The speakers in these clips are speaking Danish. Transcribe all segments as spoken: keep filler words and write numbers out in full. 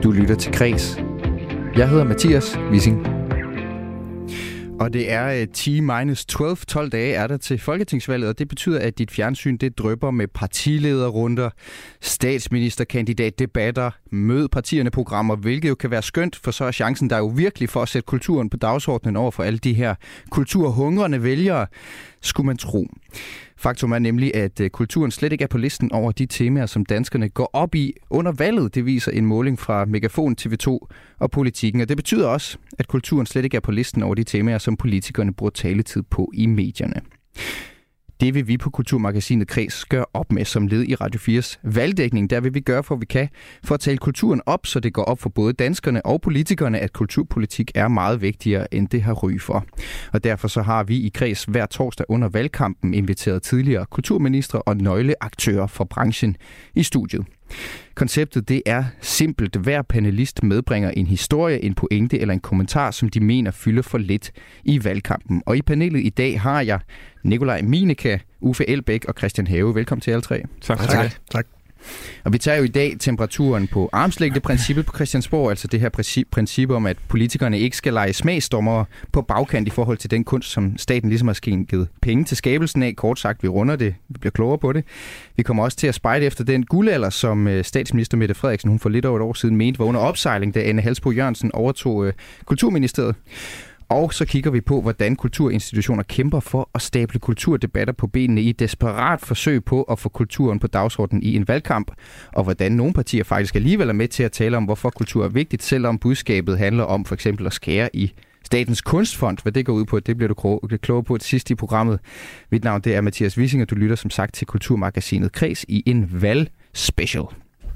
Du lytter til Kreds. Jeg hedder Mathias Wissing. Og det er ti minus tolv, tolv dage er der til folketingsvalget, og det betyder, at dit fjernsyn det drypper med partilederrunder, statsministerkandidatdebatter, mød partierne programmer, hvilket jo kan være skønt, for så er chancen der jo virkelig for at sætte kulturen på dagsordenen over for alle de her kulturhungrende vælgere, skulle man tro. Faktum er nemlig, at kulturen slet ikke er på listen over de temaer, som danskerne går op i under valget. Det viser en måling fra Megafon, T V to og Politikken. Og det betyder også, at kulturen slet ikke er på listen over de temaer, som politikerne bruger taletid på i medierne. Det vil vi på Kulturmagasinet Kreds gøre op med som led i Radio fires valgdækning. Der vil vi gøre, for vi kan, for at tale kulturen op, så det går op for både danskerne og politikerne, at kulturpolitik er meget vigtigere, end det har ry for. Og derfor så har vi i Kreds hver torsdag under valgkampen inviteret tidligere kulturministre og nøgleaktører fra branchen i studiet. Konceptet det er simpelt. Hver panelist medbringer en historie, en pointe eller en kommentar, som de mener fylder for lidt i valgkampen. Og i panelet i dag har jeg Nikolaj Mineka, Uffe Elbæk og Christian Have. Velkommen til alle tre. Tak. Tak. tak. tak. Og vi tager jo i dag temperaturen på armslængdeprincippet på Christiansborg, altså det her princip, princip om, at politikerne ikke skal lege smagsdommere på bagkant i forhold til den kunst, som staten ligesom har skænket penge til skabelsen af. Kort sagt, vi runder det, vi bliver klogere på det. Vi kommer også til at spejde efter den guldalder, som statsminister Mette Frederiksen, hun for lidt over et år siden mente var under opsejling, da Anne Halsbo Jørgensen overtog øh, Kulturministeriet. Og så kigger vi på, hvordan kulturinstitutioner kæmper for at stable kulturdebatter på benene i et desperat forsøg på at få kulturen på dagsordenen i en valgkamp, og hvordan nogle partier faktisk alligevel er med til at tale om, hvorfor kultur er vigtigt, selvom budskabet handler om for eksempel at skære i Statens Kunstfond. Hvad det går ud på, det bliver du klogere på til sidst i programmet. Mit navn det er Mathias Wissing, og du lytter som sagt til Kulturmagasinet Kreds i en valgspecial.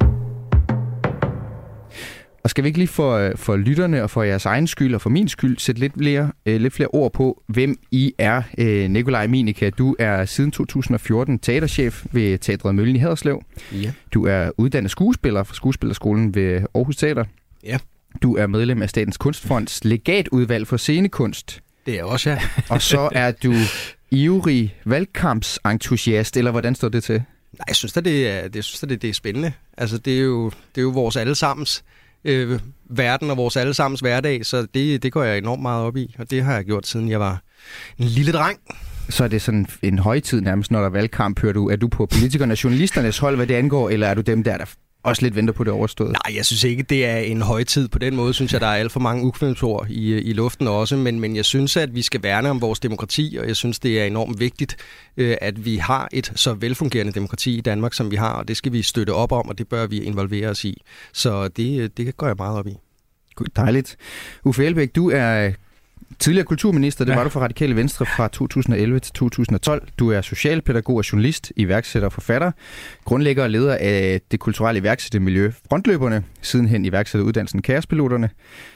Og skal vi ikke lige for, for lytterne og for jeres egen skyld og for min skyld sætte lidt flere, øh, lidt flere ord på, hvem I er. Øh, Nikolaj Mineka, du er siden to tusind og fjorten teaterchef ved Teatret Møllen i Haderslev. Ja. Du er uddannet skuespiller fra Skuespillerskolen ved Aarhus Teater. Ja. Du er medlem af Statens Kunstfonds legatudvalg for scenekunst. Det er også, ja. Og så er du ivrig valgkampsentusiast, eller hvordan står det til? Nej, jeg synes da, det er, det, synes da, det, det er spændende. Altså, det er jo, det er jo vores allesammens Øh, verden og vores allesammens hverdag, så det, det går jeg enormt meget op i, og det har jeg gjort, siden jeg var en lille dreng. Så er det sådan en højtid nærmest, når der er valgkamp, hører du, er du på politikerne og journalisternes hold, hvad det angår, eller er du dem der, der også lidt venter på det overstået? Nej, jeg synes ikke, det er en højtid. På den måde synes jeg, der er alt for mange ukvemsord i, i luften også, men, men jeg synes, at vi skal værne om vores demokrati, og jeg synes, det er enormt vigtigt, at vi har et så velfungerende demokrati i Danmark, som vi har, og det skal vi støtte op om, og det bør vi involvere os i. Så det, det går jeg meget op i. Dejligt. Uffe Elbæk, du er tidligere kulturminister, det var ja. du for Radikale Venstre fra to tusind og elleve til to tusind og tolv. Du er socialpædagog og journalist, iværksætter og forfatter, grundlægger og leder af det kulturelle iværksættermiljø Frontløberne, sidenhen iværksætteruddannelsen Kaospiloterne.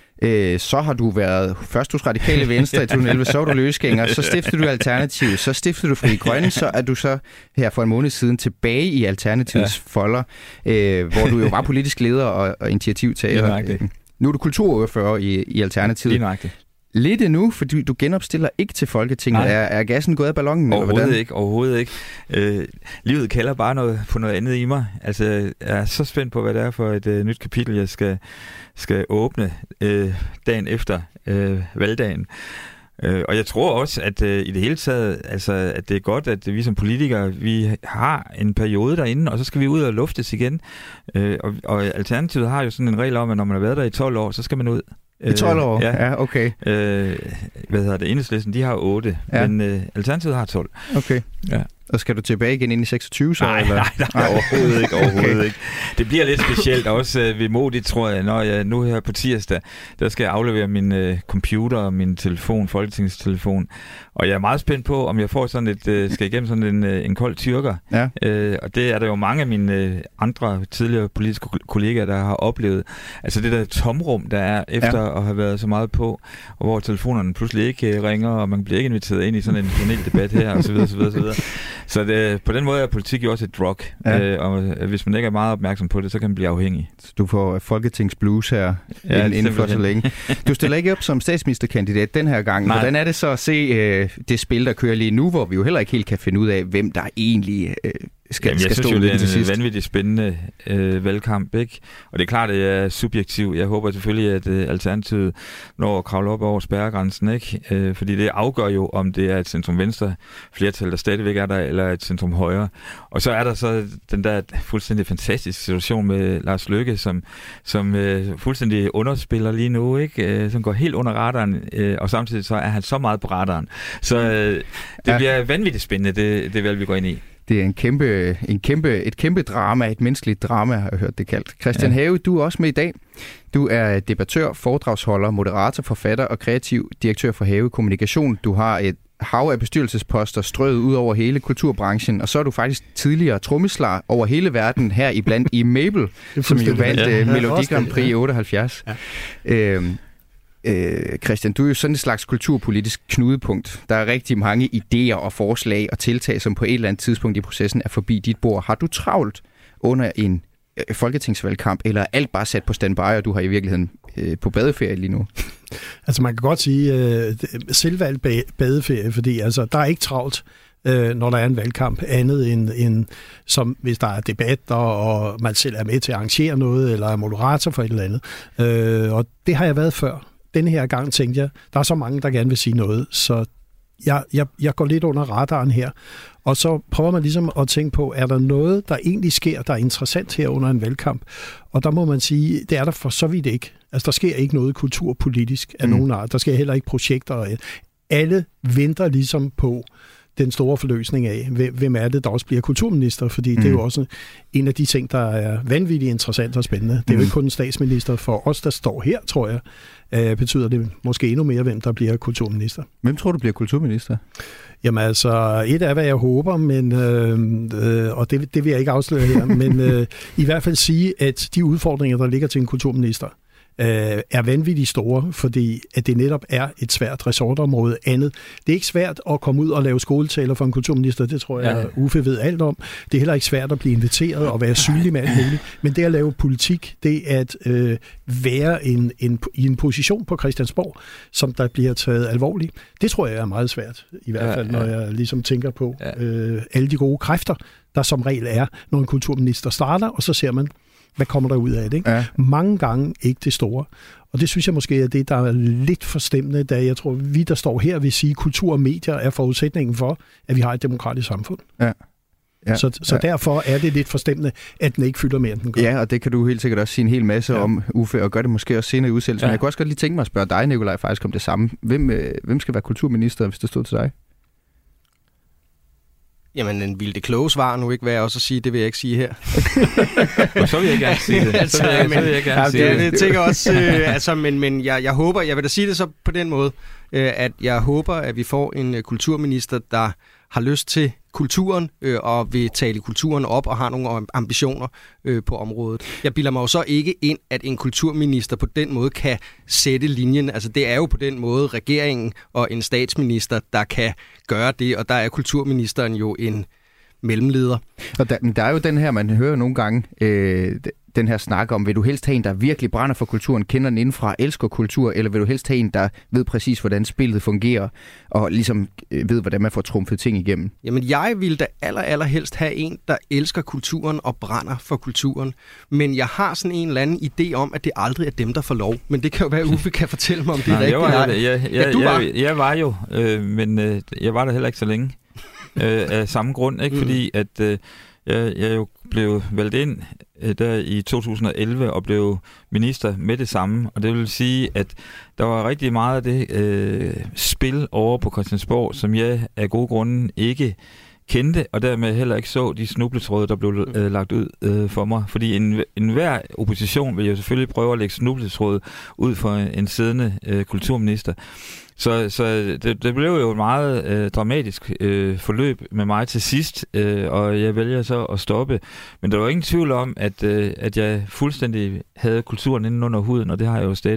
Så har du været først hos Radikale Venstre i to tusind og elleve, så var du løsgænger, så stiftede du Alternativ, så stiftede du Frie Grønne, så er du så her for en måned siden tilbage i Alternativets ja. folder, hvor du jo var politisk leder og, og initiativtager. Nu er du kulturordfører i, i Alternativet. Lige nøjagtigt. Lidt endnu, fordi du genopstiller ikke til Folketinget. Er, er gassen gået af ballonen? Overhovedet eller ikke, overhovedet ikke. Øh, livet kalder bare noget, på noget andet i mig. Altså, jeg er så spændt på, hvad det er for et øh, nyt kapitel, jeg skal, skal åbne øh, dagen efter øh, valgdagen. Øh, og jeg tror også, at øh, i det hele taget, altså, at det er godt, at vi som politikere, vi har en periode derinde, og så skal vi ud og luftes igen. Øh, og, og Alternativet har jo sådan en regel om, at når man har været der i tolv år, så skal man ud. I tolv år? Ja, ja okay. Øh, hvad hedder det? Enhedslisten, de har otte, ja. men øh, Alternativet har tolv. Okay. Ja. Og skal du tilbage igen ind i seksogtyve så? Nej, eller? nej, nej, nej, overhovedet ikke, overhovedet okay. ikke. Det bliver lidt specielt, også øh, vemodigt, tror jeg, når jeg nu her på tirsdag, der skal jeg aflevere min øh, computer og min telefon, folketingstelefon, og jeg er meget spændt på, om jeg får sådan et, øh, skal igennem sådan en, øh, en kold tyrker. Ja. Øh, og det er der jo mange af mine øh, andre tidligere politiske kollegaer, der har oplevet. Altså det der tomrum, der er efter ja. at have været så meget på, og hvor telefonerne pludselig ikke øh, ringer, og man bliver ikke inviteret ind i sådan en paneldebat her, og så videre, så videre, så videre. Så det, på den måde er politik jo også et drug, ja. øh, og hvis man ikke er meget opmærksom på det, så kan man blive afhængig. Så du får folketingsblues her ja, inden for så længe. Du stiller ikke op som statsministerkandidat den her gang. Nej. Hvordan er det så at se øh, det spil, der kører lige nu, hvor vi jo heller ikke helt kan finde ud af, hvem der egentlig øh, skal, Jamen, skal stå stå lidt til sidst. Det er en vanvittig spændende øh, valgkamp, ikke? Og det er klart, at jeg er subjektiv. Jeg håber selvfølgelig, at øh, Alternativet når at kravle op over spærregrænsen, ikke? Øh, fordi det afgør jo, om det er et centrum-venstre flertal, der stadigvæk er der, eller et centrum-højre. Og så er der så den der fuldstændig fantastiske situation med Lars Løkke, som, som øh, fuldstændig underspiller lige nu, ikke? Øh, som går helt under radaren, øh, og samtidig så er han så meget på radaren. Så øh, det ja. bliver vanvittigt spændende, det, det valg, vi går ind i. Det er en kæmpe, en kæmpe, et kæmpe drama, et menneskeligt drama, har jeg hørt det kaldt. Christian ja. Have, du er også med i dag. Du er debattør, foredragsholder, moderator, forfatter og kreativ direktør for Have Kommunikation. Du har et hav af bestyrelsesposter strøget ud over hele kulturbranchen, og så er du faktisk tidligere trommeslager over hele verden, her iblandt i Mabel, som jo vandt ja. Melodi Grand Prix i otteoghalvfjerds. Ja. Øhm, Øh, Christian, du er jo sådan et slags kulturpolitisk knudepunkt. Der er rigtig mange idéer og forslag og tiltag, som på et eller andet tidspunkt i processen er forbi dit bord. Har du travlt under en øh, folketingsvalgkamp, eller er alt bare sat på standby, og du har i virkeligheden øh, på badeferie lige nu? Altså man kan godt sige øh, selvvalgt badeferie, fordi altså, der er ikke travlt, øh, når der er en valgkamp, andet end, end som hvis der er debatter, og man selv er med til at arrangere noget, eller er moderator for et eller andet. Øh, og det har jeg været før. Denne her gang tænkte jeg, der er så mange, der gerne vil sige noget, så jeg, jeg, jeg går lidt under radaren her. Og så prøver man ligesom at tænke på, er der noget, der egentlig sker, der er interessant her under en valgkamp? Og der må man sige, det er der for så vidt ikke. Altså, der sker ikke noget kulturpolitisk af mm. nogen art. Der sker heller ikke projekter. Alle venter ligesom på den store forløsning af, hvem er det, der også bliver kulturminister, fordi mm. det er jo også en af de ting, der er vanvittigt interessant og spændende. Det er jo ikke kun en statsminister. For os, der står her, tror jeg, øh, betyder det måske endnu mere, hvem der bliver kulturminister. Hvem tror du bliver kulturminister? Jamen altså, et er, hvad jeg håber, men, øh, øh, og det, det vil jeg ikke afsløre her, men øh, i hvert fald sige, at de udfordringer, der ligger til en kulturminister, er vanvittigt store, fordi at det netop er et svært resortområde andet. Det er ikke svært at komme ud og lave skoletaler for en kulturminister, det tror jeg, ja. Uffe ved alt om. Det er heller ikke svært at blive inviteret og være synlig med alt muligt, men det at lave politik, det at øh, være en, en, i en position på Christiansborg, som der bliver taget alvorligt, det tror jeg er meget svært, i hvert fald, ja, ja. når jeg ligesom tænker på ja. øh, alle de gode kræfter, der som regel er, når en kulturminister starter, og så ser man, hvad kommer der ud af det? Ikke? Ja. Mange gange ikke det store. Og det synes jeg måske er det, der er lidt forstemmende, da jeg tror, vi der står her vil sige, at kultur og medier er forudsætningen for, at vi har et demokratisk samfund. Ja. Ja. Så, så ja. derfor er det lidt forstemmende, at den ikke fylder mere, end den gør. Ja, og det kan du helt sikkert også sige en hel masse ja. om, Uffe, og gør det måske også senere i udsendelsen. Ja. Men jeg kunne også godt lige tænke mig at spørge dig, Nikolaj, faktisk om det samme. Hvem, øh, hvem skal være kulturminister, hvis det stod til dig? Jamen, en vildt kloge svar nu ikke være også at sige, det vil jeg ikke sige her. Og så vil jeg gerne sige det. altså, så vil jeg, men, så vil jeg gerne ja, sige det. det. Jeg tænker også, øh, altså, men, men jeg, jeg håber, jeg vil da sige det så på den måde, øh, at jeg håber, at vi får en uh, kulturminister, der har lyst til kulturen øh, og vil tale kulturen op og har nogle ambitioner øh, på området. Jeg bilder mig jo så ikke ind, at en kulturminister på den måde kan sætte linjen. Altså det er jo på den måde regeringen og en statsminister, der kan gøre det, og der er kulturministeren jo en mellemleder. Og der, der er jo den her, man hører nogle gange, øh, den her snak om, vil du helst have en, der virkelig brænder for kulturen, kender den indenfra, elsker kultur, eller vil du helst have en, der ved præcis, hvordan spillet fungerer, og ligesom øh, ved, hvordan man får trumfet ting igennem? Jamen, jeg vil da aller, aller helst have en, der elsker kulturen og brænder for kulturen. Men jeg har sådan en eller anden idé om, at det aldrig er dem, der får lov. Men det kan jo være, Uffe kan fortælle mig, om det er Nej, rigtigt. Jeg var, jeg, jeg, jeg, ja, du var. Jeg, jeg var jo, øh, men øh, jeg var der heller ikke så længe. øh, af samme grund, ikke? Mm. Fordi at øh, jeg, jeg jo blev valgt ind øh, der i to tusind og elleve og blev minister med det samme, og det vil sige, at der var rigtig meget af det øh, spil over på Christiansborg, som jeg af gode grunde ikke kendte, og dermed heller ikke så de snubletråde, der blev øh, lagt ud øh, for mig. Fordi en, enhver opposition vil jo selvfølgelig prøve at lægge snubletråde ud for en siddende øh, kulturminister. Så, så det, det blev jo et meget øh, dramatisk øh, forløb med mig til sidst, øh, og jeg vælger så at stoppe. Men der var ingen tvivl om, at, øh, at jeg fuldstændig havde kulturen inde under huden, og det har jeg jo stadigvæk.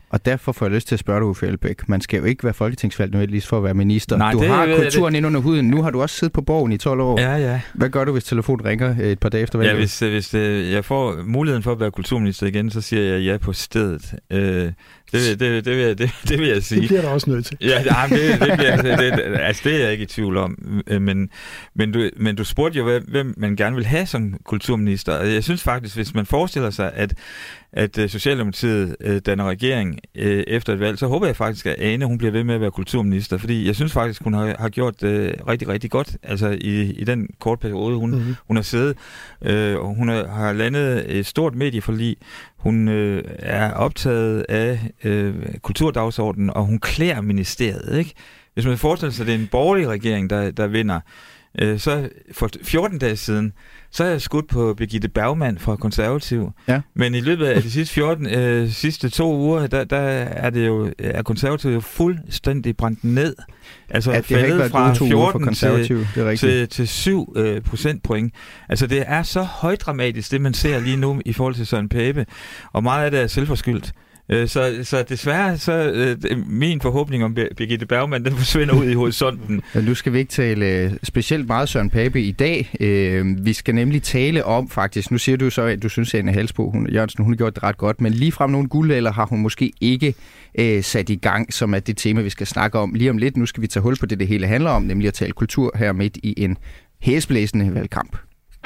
Og derfor får jeg lyst til at spørge dig, Uffe Elbæk. Man skal jo ikke være folketingsvalgt nødvendigvis for at være minister. Nej, du det, har det, kulturen det. ind under huden. Nu har du også siddet på Borgen i tolv år. Ja, ja. Hvad gør du, hvis telefonen ringer et par dage efter valget? Ja, hvis, hvis jeg får muligheden for at være kulturminister igen, så siger jeg ja på stedet. Øh, det, det, det, det, vil, det, det vil jeg sige. Det bliver der også nødt til. Ja, nej, det, det, bliver, det, det, altså, det er jeg ikke i tvivl om. Men, men, du, men du spurgte jo, hvem man gerne vil have som kulturminister. Jeg synes faktisk, hvis man forestiller sig, at at uh, Socialdemokratiet uh, danner regering uh, efter et valg, så håber jeg faktisk, at Ane hun bliver ved med at være kulturminister, fordi jeg synes faktisk, hun har, har gjort uh, rigtig, rigtig godt altså i, i den korte periode, hun, mm-hmm. hun har siddet. Uh, hun har, har landet et stort medieforlig. Hun uh, er optaget af uh, kulturdagsordenen, og hun klæder ministeriet, ikke? Hvis man forestiller sig, at det er en borgerlig regering, der, der vinder, uh, så for fjorten dage siden, så er jeg skudt på Birgitte Bergman fra Konservativ. Ja. Men i løbet af de sidste fjorten, øh, sidste to uger, der, der er det jo, er Konservativ jo fuldstændig brændt ned. Altså ja, faldet fra fjorten til, til, til syv øh, procentpoint. Altså det er så højdramatisk, det man ser lige nu i forhold til Søren Pape. Og meget af det er selvforskyldt. Så, så desværre, så øh, min forhåbning om Birgitte Bergman, den forsvinder ud i horisonten. Ja, nu skal vi ikke tale specielt meget Søren Pape i dag. Øh, vi skal nemlig tale om, faktisk, nu siger du så, at du synes, at Ane Halsboe hun, Jørgensen, hun har gjort det ret godt, men ligefrem nogle guldalder har hun måske ikke øh, sat i gang, som er det tema, vi skal snakke om lige om lidt. Nu skal vi tage hul på det, det hele handler om, nemlig at tale kultur her midt i en hæsblæsende valgkamp.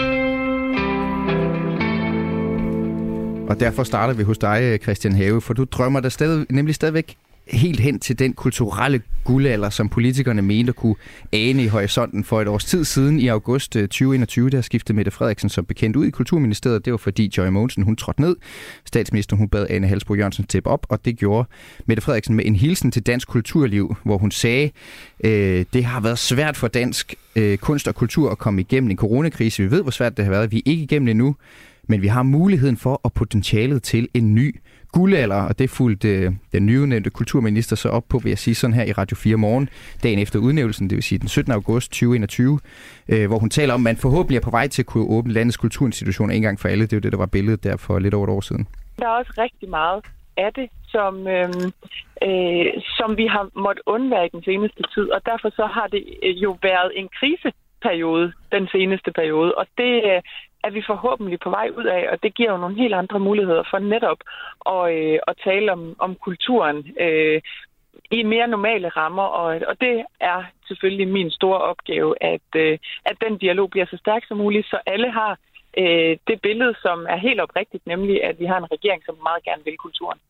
Og derfor starter vi hos dig, Christian Have, for du drømmer dig stadig, nemlig stadigvæk helt hen til den kulturelle guldalder, som politikerne mente kunne ane i horisonten for et års tid siden. I august tyve enogtyve, der skiftede Mette Frederiksen som bekendt ud i Kulturministeriet. Det var fordi Joy Mogensen, hun trådte ned. Statsministeren, hun bad Ane Halsboe Jørgensen tippe op, og det gjorde Mette Frederiksen med en hilsen til dansk kulturliv, hvor hun sagde, øh, det har været svært for dansk øh, kunst og kultur at komme igennem en coronakrise. Vi ved, hvor svært det har været. Vi er ikke igennem endnu. Men vi har muligheden for og potentialet til en ny guldalder, og det fulgte øh, den nyudnævnte kulturminister så op på, vil jeg sige sådan her i Radio fire Morgen, dagen efter udnævnelsen, det vil sige den syttende august tyve enogtyve, øh, hvor hun taler om, at man forhåbentlig er på vej til at kunne åbne landets kulturinstitutioner en gang for alle. Det er jo det, der var billedet der for lidt over et år siden. Der er også rigtig meget af det, som, øh, øh, som vi har måttet undvære i den seneste tid, og derfor så har det jo været en kriseperiode, den seneste periode, og det øh, er vi forhåbentlig på vej ud af, og det giver jo nogle helt andre muligheder for netop at, øh, at tale om, om kulturen øh, i mere normale rammer, og, og det er selvfølgelig min store opgave, at, øh, at den dialog bliver så stærk som muligt, så alle har øh, det billede, som er helt oprigtigt, nemlig at vi har en regering, som meget gerne vil kulturen.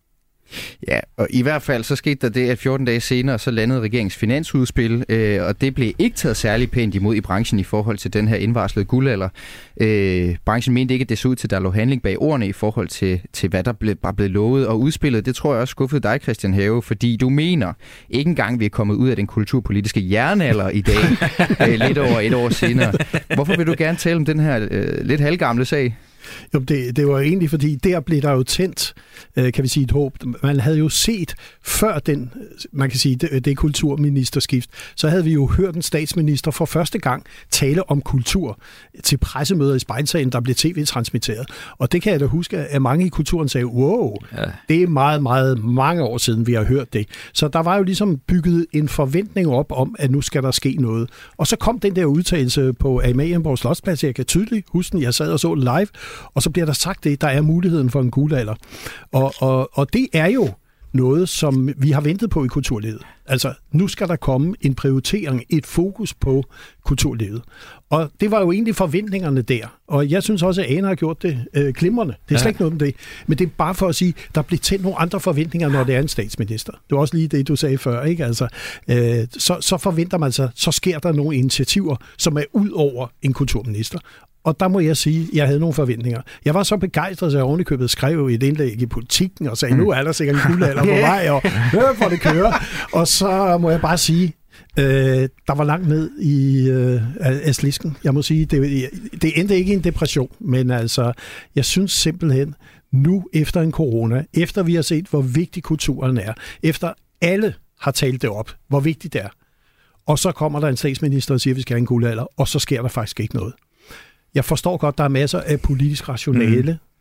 Ja, og i hvert fald så skete der det, at fjorten dage senere så landede regeringens finansudspil, øh, og det blev ikke taget særlig pænt imod i branchen i forhold til den her indvarslede guldalder. Øh, branchen mente ikke, at det så ud til, at der lå handling bag ordene i forhold til, til hvad der ble, bare blev lovet og udspillet. Det tror jeg også skuffede dig, Christian Have, fordi du mener, ikke engang vi er kommet ud af den kulturpolitiske jernalder i dag, øh, lidt over et år senere. Hvorfor vil du gerne tale om den her øh, lidt halvgamle sag? Jo, det, det var egentlig, fordi der blev der jo tændt, øh, kan vi sige, et håb. Man havde jo set før den, man kan sige, det, det kulturministerskift, så havde vi jo hørt en statsminister for første gang tale om kultur til pressemøder i Spejlsagen, der blev tv-transmitteret. Og det kan jeg da huske, at mange i kulturen sagde, wow, ja. Det er meget, meget mange år siden, vi har hørt det. Så der var jo ligesom bygget en forventning op om, at nu skal der ske noget. Og så kom den der udtalelse på Amalienborg Slotsplads, jeg kan tydeligt huske den, jeg sad og så den live, og så bliver der sagt det, der er muligheden for en guldalder. Og, og, og det er jo noget, som vi har ventet på i kulturlivet. Altså, nu skal der komme en prioritering, et fokus på kulturlivet. Og det var jo egentlig forventningerne der. Og jeg synes også, at Ane har gjort det øh, glimrende. Det er slet ikke noget om det. Men det er bare for at sige, at der bliver tændt nogle andre forventninger, når det er en statsminister. Det var også lige det, du sagde før, ikke? Altså, øh, så, så forventer man sig, så sker der nogle initiativer, som er ud over en kulturminister. Og der må jeg sige, at jeg havde nogle forventninger. Jeg var så begejstret, så jeg ovenikøbet skrev et indlæg i Politikken og sagde, nu er der sikkert en guldalder på vej, og hør, hvor det kører. Og så må jeg bare sige, øh, der var langt ned i øh, af slisken. Jeg må sige, det, det endte ikke i en depression, men altså, jeg synes simpelthen, nu efter en corona, efter vi har set, hvor vigtig kulturen er, efter alle har talt det op, hvor vigtigt det er, og så kommer der en statsminister og siger, at vi skal have en guldalder, og så sker der faktisk ikke noget. Jeg forstår godt, der er masser af politisk rationale,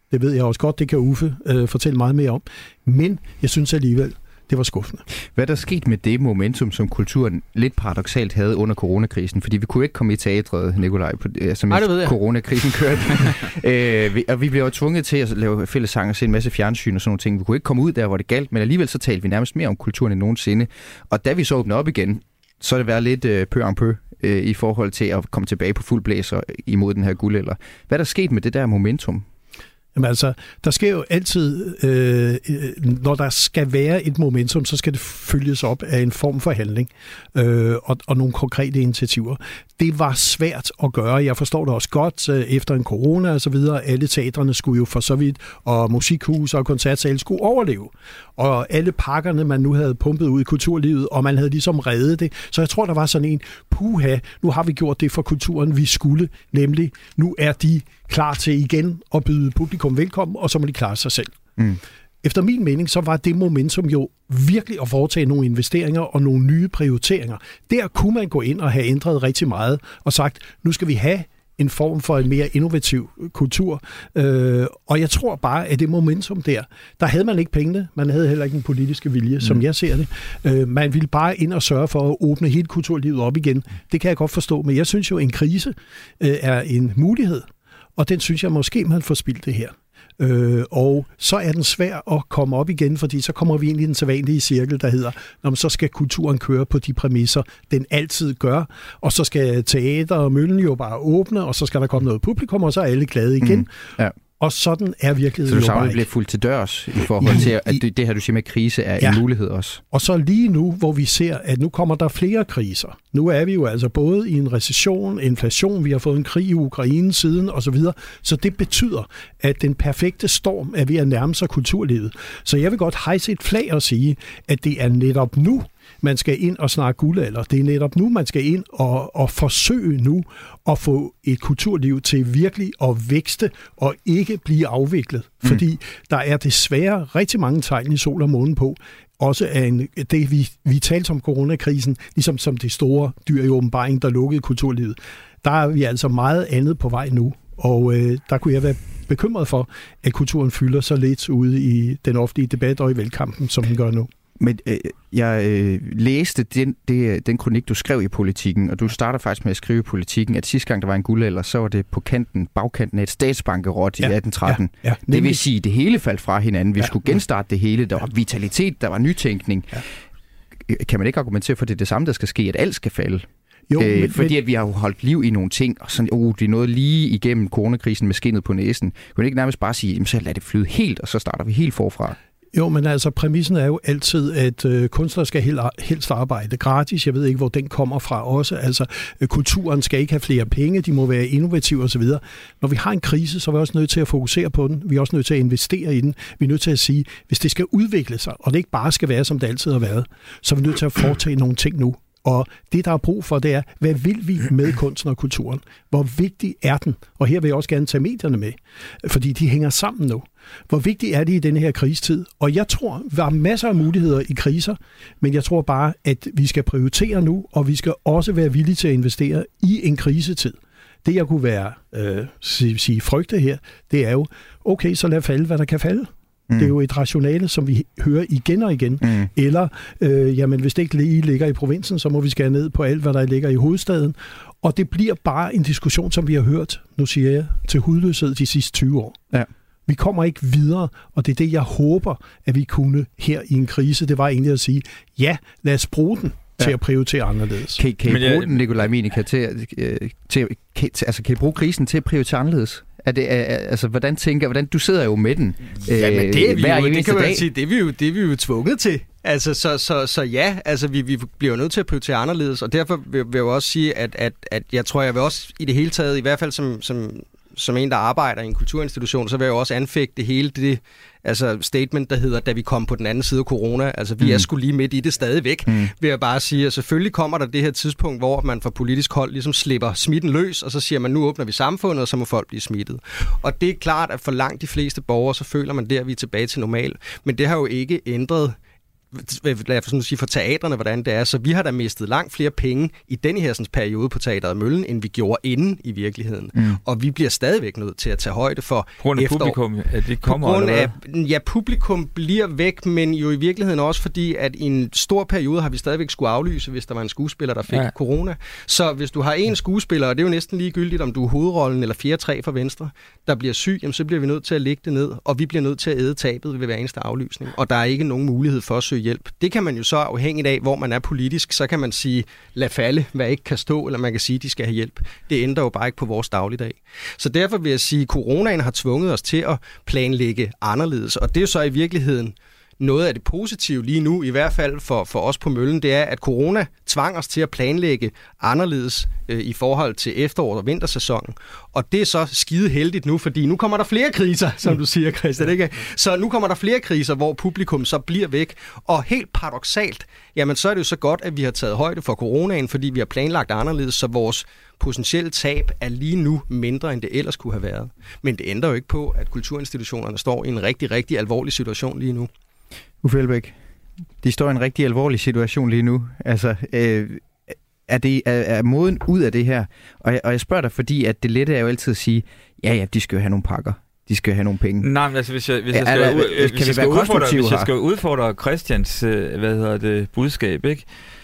Det ved jeg også godt, det kan Uffe øh, fortælle meget mere om. Men jeg synes alligevel, det var skuffende. Hvad er der sket med det momentum, som kulturen lidt paradoksalt havde under coronakrisen? Fordi vi kunne ikke komme i teatret, Nikolaj, som Ej, coronakrisen kørte. øh, vi, og vi blev jo tvunget til at lave fællessang og se en masse fjernsyn og sådan nogle ting. Vi kunne ikke komme ud der, hvor det galt, men alligevel så talte vi nærmest mere om kulturen end nogensinde. Og da vi så åbnede op igen, så er det været lidt øh, peu en peu øh, i forhold til at komme tilbage på fuld blæser imod den her guldalder. Hvad er der sket med det der momentum? Jamen altså, der sker jo altid, øh, når der skal være et momentum, så skal det følges op af en form for handling øh, og, og nogle konkrete initiativer. Det var svært at gøre. Jeg forstår det også godt, øh, efter en corona og så videre. Alle teatrene skulle jo for så vidt, og musikhus og koncertsale skulle overleve. Og alle pakkerne, man nu havde pumpet ud i kulturlivet, og man havde ligesom reddet det. Så jeg tror, der var sådan en, puha, nu har vi gjort det for kulturen, vi skulle. Nemlig, nu er de klar til igen at byde publikum velkommen, og så må de klare sig selv. Mm. Efter min mening, så var det momentum jo virkelig at foretage nogle investeringer og nogle nye prioriteringer. Der kunne man gå ind og have ændret rigtig meget og sagt, nu skal vi have en form for en mere innovativ kultur. Øh, og jeg tror bare, at det momentum der, der havde man ikke pengene, man havde heller ikke en politiske vilje, mm. som jeg ser det. Øh, man ville bare ind og sørge for at åbne hele kulturlivet op igen. Det kan jeg godt forstå, men jeg synes jo, en krise øh, er en mulighed, og den synes jeg måske, man får spildt det her. Øh, og så er den svær at komme op igen, fordi så kommer vi ind i den sædvanlige cirkel, der hedder, når man så skal kulturen køre på de præmisser, den altid gør, og så skal teater og møllen jo bare åbne, og så skal der komme noget publikum, og så er alle glade igen. Mm. Ja. Og sådan er virkeligheden. Så du savner, bliver fuldt til dørs i forhold til, at det, det her, du siger med krise, er ja. en mulighed også. Og så lige nu, hvor vi ser, at nu kommer der flere kriser. Nu er vi jo altså både i en recession, inflation, vi har fået en krig i Ukraine siden osv. Så, så det betyder, at den perfekte storm er ved at nærme sig kulturlivet. Så jeg vil godt hejse et flag og sige, at det er netop nu, man skal ind og snakke guldalder. Det er netop nu, man skal ind og, og forsøge nu at få et kulturliv til virkelig at vækste og ikke blive afviklet. Mm. Fordi der er desværre rigtig mange tegn i sol og månen på, også af en, det, vi, vi talte om coronakrisen, ligesom som det store dyr i åbenbaring, der lukkede kulturlivet. Der er vi altså meget andet på vej nu, og øh, der kunne jeg være bekymret for, at kulturen fylder så lidt ude i den offentlige debat og i valgkampen, som den gør nu. Men øh, jeg øh, læste den, det, den kronik, du skrev i Politikken, og du starter faktisk med at skrive i Politikken, at sidste gang, der var en guldalder, så var det på kanten, bagkanten af et statsbankerot i ja, atten tretten. Ja, ja, det vil sige, at det hele faldt fra hinanden. Vi ja, skulle genstarte det hele. Der var vitalitet, der var nytænkning. Ja. Kan man ikke argumentere for, at det er det samme, der skal ske, at alt skal falde? Jo, øh, men, fordi at vi har holdt liv i nogle ting, og sådan, oh, det er noget lige igennem coronakrisen med skinnet på næsen. Kunne man ikke nærmest bare sige, så lad det flyde helt, og så starter vi helt forfra? Jo, men altså præmissen er jo altid, at øh, kunstnere skal helst arbejde gratis. Jeg ved ikke, hvor den kommer fra også. Altså øh, kulturen skal ikke have flere penge, de må være innovative osv. Når vi har en krise, så er vi også nødt til at fokusere på den. Vi er også nødt til at investere i den. Vi er nødt til at sige, hvis det skal udvikle sig, og det ikke bare skal være, som det altid har været, så er vi nødt til at foretage nogle ting nu. Og det, der er brug for, det er, hvad vil vi med kunsten og kulturen? Hvor vigtig er den? Og her vil jeg også gerne tage medierne med, fordi de hænger sammen nu. Hvor vigtig er det i denne her krisetid? Og jeg tror, der er masser af muligheder i kriser, men jeg tror bare, at vi skal prioritere nu, og vi skal også være villige til at investere i en krisetid. Det, jeg kunne være øh, sige, sige frygte her, det er jo, okay, så lad falde, hvad der kan falde. Mm. Det er jo et rationale, som vi hører igen og igen. Mm. Eller, øh, jamen, hvis det ikke lige ligger i provinsen, så må vi skære ned på alt, hvad der ligger i hovedstaden. Og det bliver bare en diskussion, som vi har hørt, nu siger jeg, til hudløshed de sidste tyve år. Ja. Vi kommer ikke videre, og det er det, jeg håber, at vi kunne her i en krise. Det var egentlig at sige, ja, lad os bruge den til ja. at prioritere anderledes. Kan, kan I bruge jeg... den, Nikolaj Minica, til, til, til, altså, kan I bruge krisen til at prioritere anderledes? Er det, er, altså, hvordan tænker, hvordan du sidder jo med den ja, men det er vi jo, det kan man sige, det er vi jo, det er vi jo tvunget til. Altså, så, så, så ja, altså, vi, vi bliver jo nødt til at prioritere anderledes, og derfor vil, vil jeg jo også sige, at, at, at jeg tror, jeg vil også i det hele taget, i hvert fald som, som, som en, der arbejder i en kulturinstitution, så vil jeg jo også anfægte hele det altså statement, der hedder, da vi kom på den anden side af corona. Altså, vi mm. er sgu lige midt i det stadigvæk, mm. vil jeg bare sige. Og selvfølgelig kommer der det her tidspunkt, hvor man fra politisk hold ligesom slipper smitten løs, og så siger man, nu åbner vi samfundet, og så må folk blive smittet. Og det er klart, at for langt de fleste borgere, så føler man der, at vi er tilbage til normal. Men det har jo ikke ændret lad os sige for teatrene, hvordan det er. Så vi har da mistet langt flere penge i denne her sådan, periode på Teatret Møllen, end vi gjorde inden i virkeligheden. Mm. Og vi bliver stadigvæk nødt til at tage højde for på grund af efterår. Publikum, at det kommer, på grund af, ja, publikum bliver væk, men jo i virkeligheden også fordi, at i en stor periode har vi stadigvæk skulle aflyse, hvis der var en skuespiller, der fik ja. corona. Så hvis du har en skuespiller, og det er jo næsten ligegyldigt, om du er hovedrollen eller fire tre fra venstre, der bliver syg, jamen, så bliver vi nødt til at lægge det ned, og vi bliver nødt til at æde tabet ved hver eneste aflysning. Og der er ikke nogen mulighed for at søge hjælp. Det kan man jo så afhængigt af, hvor man er politisk, så kan man sige, lad falde, hvad ikke kan stå, eller man kan sige, at de skal have hjælp. Det ændrer jo bare ikke på vores dagligdag. Så derfor vil jeg sige, at coronaen har tvunget os til at planlægge anderledes, og det er jo så i virkeligheden noget af det positive lige nu, i hvert fald for, for os på Møllen, det er, at corona tvang os til at planlægge anderledes øh, i forhold til efterår- og vintersæsonen. Og det er så skide heldigt nu, fordi nu kommer der flere kriser, som du siger, Christian. Ikke? Så nu kommer der flere kriser, hvor publikum så bliver væk. Og helt paradoksalt, jamen så er det jo så godt, at vi har taget højde for coronaen, fordi vi har planlagt anderledes, så vores potentielle tab er lige nu mindre, end det ellers kunne have været. Men det ændrer jo ikke på, at kulturinstitutionerne står i en rigtig, rigtig alvorlig situation lige nu. Uffe Elbæk, de står i en rigtig alvorlig situation lige nu. Altså, øh, er, det, er, er moden ud af det her? Og jeg, og jeg spørger dig, fordi at det lette er jo altid at sige, ja, ja, de skal jo have nogle pakker. De skal have nogle penge. Nej, men altså, hvis jeg, hvis jeg skal, der, ud, hvis jeg skal, udfordre, hvis jeg skal udfordre Christians hvad hedder det, budskab, ikke?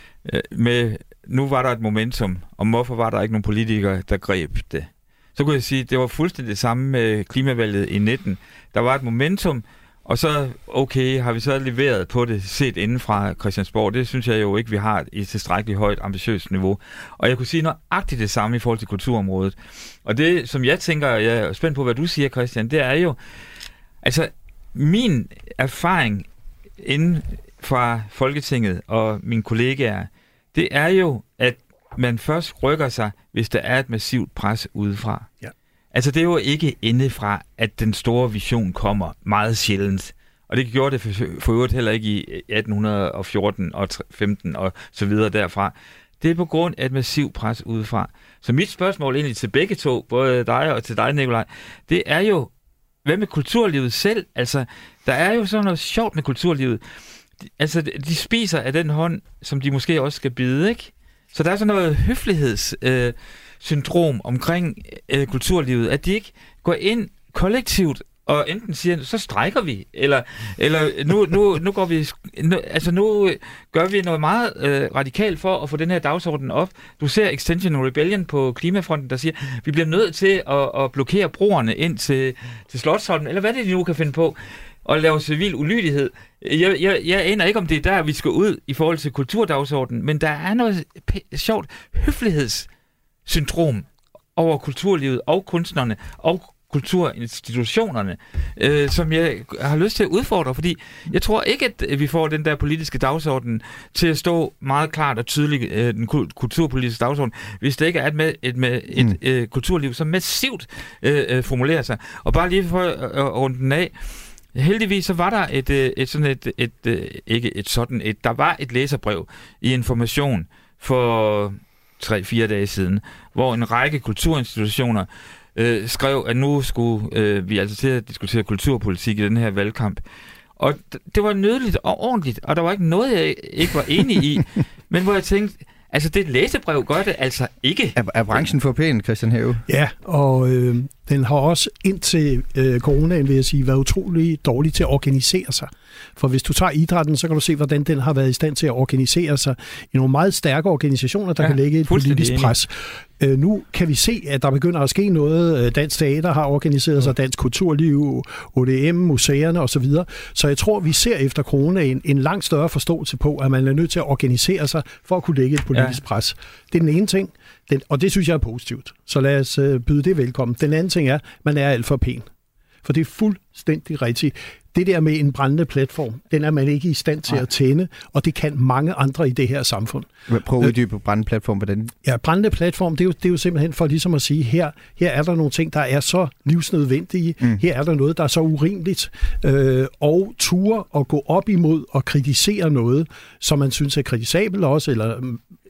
Med, nu var der et momentum, og hvorfor var der ikke nogen politikere, der greb det? Så kunne jeg sige, at det var fuldstændig det samme med klimavalget i nitten. Der var et momentum, og så, okay, har vi så leveret på det, set inden fra Christiansborg. Det synes jeg jo ikke, vi har i et tilstrækkeligt højt, ambitiøst niveau. Og jeg kunne sige nøjagtigt det samme i forhold til kulturområdet. Og det, som jeg tænker, jeg er spændt på, hvad du siger, Christian, det er jo, altså, min erfaring inden fra Folketinget og mine kollegaer, det er jo, at man først rykker sig, hvis der er et massivt pres udefra. Ja. Altså, det er jo ikke indefra, at den store vision kommer meget sjældent. Og det gjorde det for, for øvrigt heller ikke i atten fjorten og femten og så videre derfra. Det er på grund af et massivt pres udefra. Så mit spørgsmål egentlig til begge to, både dig og til dig, Nikolaj, det er jo, hvad med kulturlivet selv? Altså, der er jo sådan noget sjovt med kulturlivet. Altså, de spiser af den hånd, som de måske også skal bide, ikke? Så der er sådan noget høfligheds... Øh, syndrom omkring øh, kulturlivet, at de ikke går ind kollektivt og enten siger, så strækker vi, eller, eller nu, nu, nu går vi, nu, altså nu gør vi noget meget øh, radikalt for at få den her dagsorden op. Du ser Extinction Rebellion på Klimafronten, der siger, vi bliver nødt til at, at blokere broerne ind til, til Slotsholmen, eller hvad det de nu kan finde på, og lave civil ulydighed. Jeg, jeg, jeg aner ikke, om det er der, vi skal ud i forhold til kulturdagsordenen, men der er noget p- sjovt høfligheds syndrom over kulturlivet og kunstnerne og kulturinstitutionerne, øh, som jeg har lyst til at udfordre, fordi jeg tror ikke, at vi får den der politiske dagsorden til at stå meget klart og tydeligt, øh, den kulturpolitiske dagsorden, hvis det ikke er et, med, et, med et mm. øh, kulturliv, som massivt øh, øh, formulerer sig. Og bare lige for at, at runde den af, heldigvis så var der et, et sådan et, et, et, ikke et sådan et, der var et læserbrev i Information for tre-fire dage siden, hvor en række kulturinstitutioner øh, skrev, at nu skulle øh, vi altså til at diskutere kulturpolitik i den her valgkamp. Og d- det var nydeligt og ordentligt, og der var ikke noget, jeg ikke var enig i, men hvor jeg tænkte, altså det læsebrev gør det altså ikke. Er, er branchen for pæn, Christian Have? Ja, og øh, den har også indtil øh, coronaen, vil jeg sige, været utrolig dårlig til at organisere sig. For hvis du tager idrætten, så kan du se, hvordan den har været i stand til at organisere sig i nogle meget stærke organisationer, der ja, kan lægge et politisk enig. pres. Øh, nu kan vi se, at der begynder at ske noget. Dansk Teater har organiseret sig, Dansk Kulturliv, O D M, museerne osv. Så jeg tror, vi ser efter coronaen en langt større forståelse på, at man er nødt til at organisere sig for at kunne lægge et politisk ja. pres. Det er den ene ting, den, og det synes jeg er positivt. Så lad os øh, byde det velkommen. Den anden ting er, at man er alt for pæn. For det er fuldstændig rigtigt. Det der med en brændende platform, den er man ikke i stand til Nej. at tænde, og det kan mange andre i det her samfund. Prøv at uddybe brændende platform, hvordan? Ja, brændende platform, det er, jo, det er jo simpelthen for ligesom at sige, her, her er der nogle ting, der er så livsnødvendige, mm. her er der noget, der er så urimeligt, øh, og ture at gå op imod og kritisere noget, som man synes er kritisabelt også, eller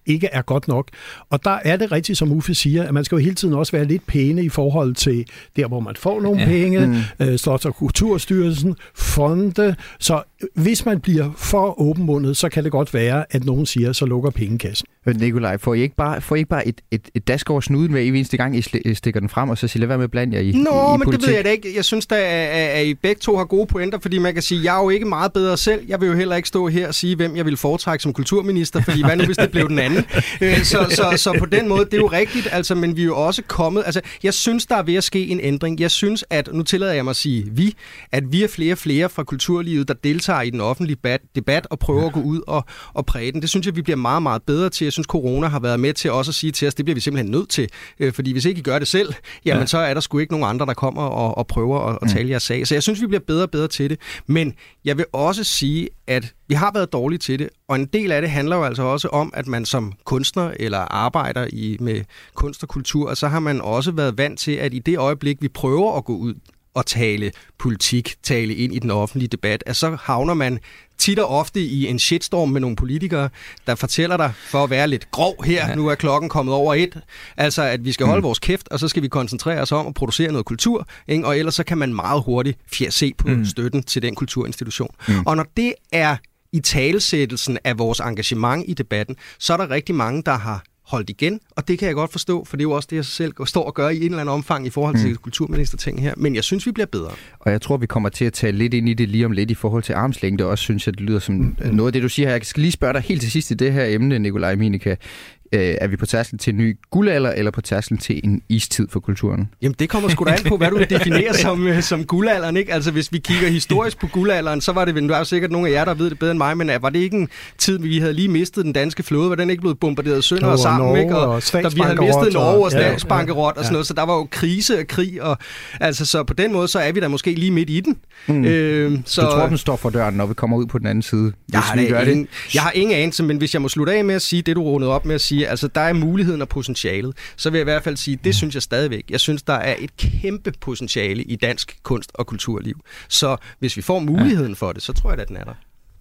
ikke er godt nok. Og der er det rigtigt, som Uffe siger, at man skal jo hele tiden også være lidt pæne i forhold til der, hvor man får nogle ja. penge, mm. øh, Slots- og Kulturstyrelsen, fonde. Så hvis man bliver for åbenmundet, så kan det godt være, at nogen siger, så lukker pengekassen. Nikolaj, får I ikke bare, får I ikke bare et, et, et dask over snuden med, i eneste gang, I stikker den frem, og så siger, lad være med at blande jer i, Nå, i, i men politik? det ved jeg da ikke. Jeg synes da, at, at I begge to har gode pointer, fordi man kan sige, at jeg er jo ikke meget bedre selv. Jeg vil jo heller ikke stå her og sige, hvem jeg vil foretrække som kulturminister, fordi hvad nu, hvis det blev den anden? så, så, så på den måde, det er jo rigtigt, altså, men vi er jo også kommet... Altså, jeg synes, der er ved at ske en ændring. Jeg synes, at, nu tillader jeg mig at sige vi, at vi er flere og flere fra kulturlivet, der deltager i den offentlige debat, debat og prøver at gå ud og, og præge den. Det synes jeg, vi bliver meget, meget bedre til. Jeg synes, corona har været med til også at sige til os, det bliver vi simpelthen nødt til. Øh, fordi hvis ikke I gør det selv, jamen ja. så er der sgu ikke nogen andre, der kommer og, og prøver at, at tale jeres sag. Så jeg synes, vi bliver bedre og bedre til det. Men jeg vil også sige, at vi har været dårlige til det, og en del af det handler jo altså også om, at man som kunstner eller arbejder i, med kunst og kultur, og så har man også været vant til, at i det øjeblik, vi prøver at gå ud og tale politik, tale ind i den offentlige debat, at så havner man tit og ofte i en shitstorm med nogle politikere, der fortæller dig, for at være lidt grov her, ja. nu er klokken kommet over et, altså at vi skal holde mm. vores kæft, og så skal vi koncentrere os om at producere noget kultur, ikke? Og ellers så kan man meget hurtigt se på mm. støtten til den kulturinstitution. Mm. Og når det er i talesættelsen af vores engagement i debatten, så er der rigtig mange, der har holdt igen, og det kan jeg godt forstå, for det er jo også det, jeg selv står og gør i en eller anden omfang i forhold til mm. kulturministerting her, men jeg synes, vi bliver bedre. Og jeg tror, vi kommer til at tale lidt ind i det lige om lidt i forhold til armslængde, også synes jeg, det lyder som mm. noget af det, du siger her. Jeg skal lige spørge dig helt til sidst i det her emne, Nikolaj Minicke. Er vi på tærsklen til en ny guldalder, eller på tærsklen til en istid for kulturen? Jamen, det kommer sgu da an på, hvad du vil definere som, som guldalderen, ikke? Altså, hvis vi kigger historisk på guldalderen, så var det, der er jo sikkert nogle af jer, der ved det bedre end mig, men var det ikke en tid, vi havde lige mistet den danske flåde? Var den ikke blevet bombarderet sønder og sammen, Norge, ikke? Og, og der, vi havde mistet Norge og statsbankerot ja, ja, og sådan noget, så der var jo krise og krig, og altså, så på den måde, så er vi da måske lige midt i den. Mm. Øh, så, du tror, den står for døren, når vi kommer ud på den anden side? Jeg har, vi gør ingen, det? jeg har ingen anelse, men hvis jeg må slutte af med at sige det, du rundede op med at sige, altså, der er mulighed og potentialet, så vil jeg i hvert fald sige, det synes jeg stadigvæk. Jeg synes, der er et kæmpe potentiale i dansk kunst- og kulturliv. Så hvis vi får muligheden for det, så tror jeg, at den er der.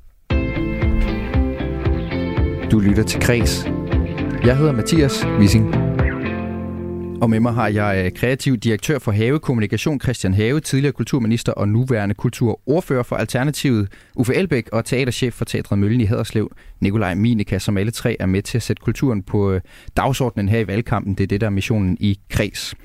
Du lytter til Kreds. Jeg hedder Mathias Wissing. Og med mig har jeg kreativ direktør for Have Kommunikation, Christian Have, tidligere kulturminister og nuværende kulturordfører for Alternativet, Uffe Elbæk, og teaterchef for Teatret Møllen i Haderslev, Nikolaj Minicke, som alle tre er med til at sætte kulturen på dagsordenen her i valgkampen. Det er det, der er missionen i Kreds.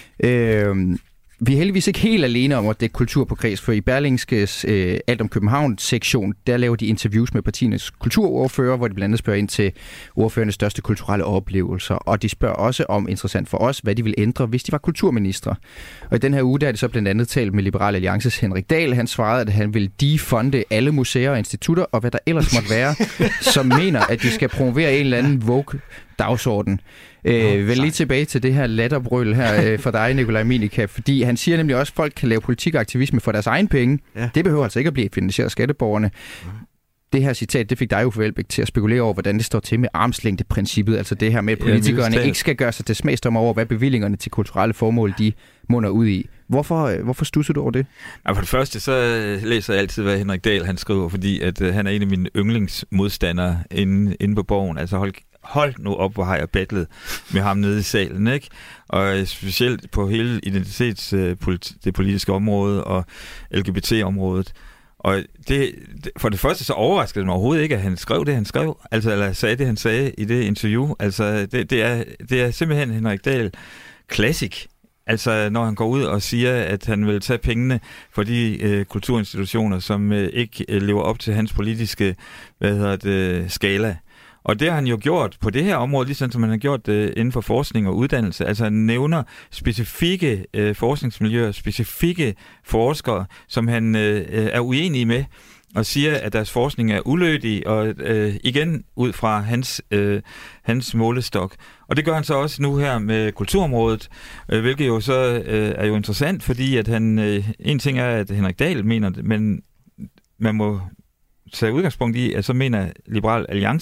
Øh, Vi er heldigvis ikke helt alene om at dække kultur på Kreds, for i Berlingskes øh, Alt om København-sektion, der laver de interviews med partiernes kulturordfører, hvor de blandt andet spørger ind til ordførernes største kulturelle oplevelser, og de spørger også om, interessant for os, hvad de vil ændre, hvis de var kulturminister. Og i den her uge, der er det så blandt andet talt med Liberal Alliances Henrik Dahl. Han svarede, at han vil defunde alle museer og institutter, og hvad der ellers måtte være, som mener, at de skal promovere en eller anden woke dagsorden. Øh, vel lige tilbage til det her latterbrøl her øh, for dig, Nikolaj Minicke, fordi han siger nemlig også, at folk kan lave politik og aktivisme for deres egen penge. Ja. Det behøver altså ikke at blive finansieret af skatteborgerne. Mm. Det her citat, det fik dig jo for Elbæk til at spekulere over, hvordan det står til med armslængdeprincippet, altså det her med, at politikerne ja, ikke skal gøre sig til smagsdommer over, hvad bevillingerne til kulturelle formål, de munder ud i. Hvorfor, hvorfor stusser du over det? Ja, for det første, så læser jeg altid, hvad Henrik Dahl han skriver, fordi at, uh, han er en af mine yndlingsmodstandere inde, inde på Borgen. Altså hold Hold nu op, hvor har jeg battlet med ham nede i salen, ikke? Og specielt på hele identitets, det politiske område og L G B T-området. Og det, for det første så overraskede det mig overhovedet ikke, at han skrev det, han skrev. Altså, eller sagde det, han sagde i det interview. Altså, det, det, er, det er simpelthen Henrik Dahl classic. Altså, når han går ud og siger, at han vil tage pengene for de øh, kulturinstitutioner, som øh, ikke øh, lever op til hans politiske, hvad hedder det, skala. Og det har han jo gjort på det her område, ligesom som han har gjort det inden for forskning og uddannelse. Altså han nævner specifikke øh, forskningsmiljøer, specifikke forskere, som han øh, er uenig med, og siger, at deres forskning er ulødig, og øh, igen ud fra hans, øh, hans målestok. Og det gør han så også nu her med kulturområdet, øh, hvilket jo så øh, er jo interessant, fordi at han, øh, en ting er, at Henrik Dahl mener det, men man må tage udgangspunkt i, at så mener Liberal Alliance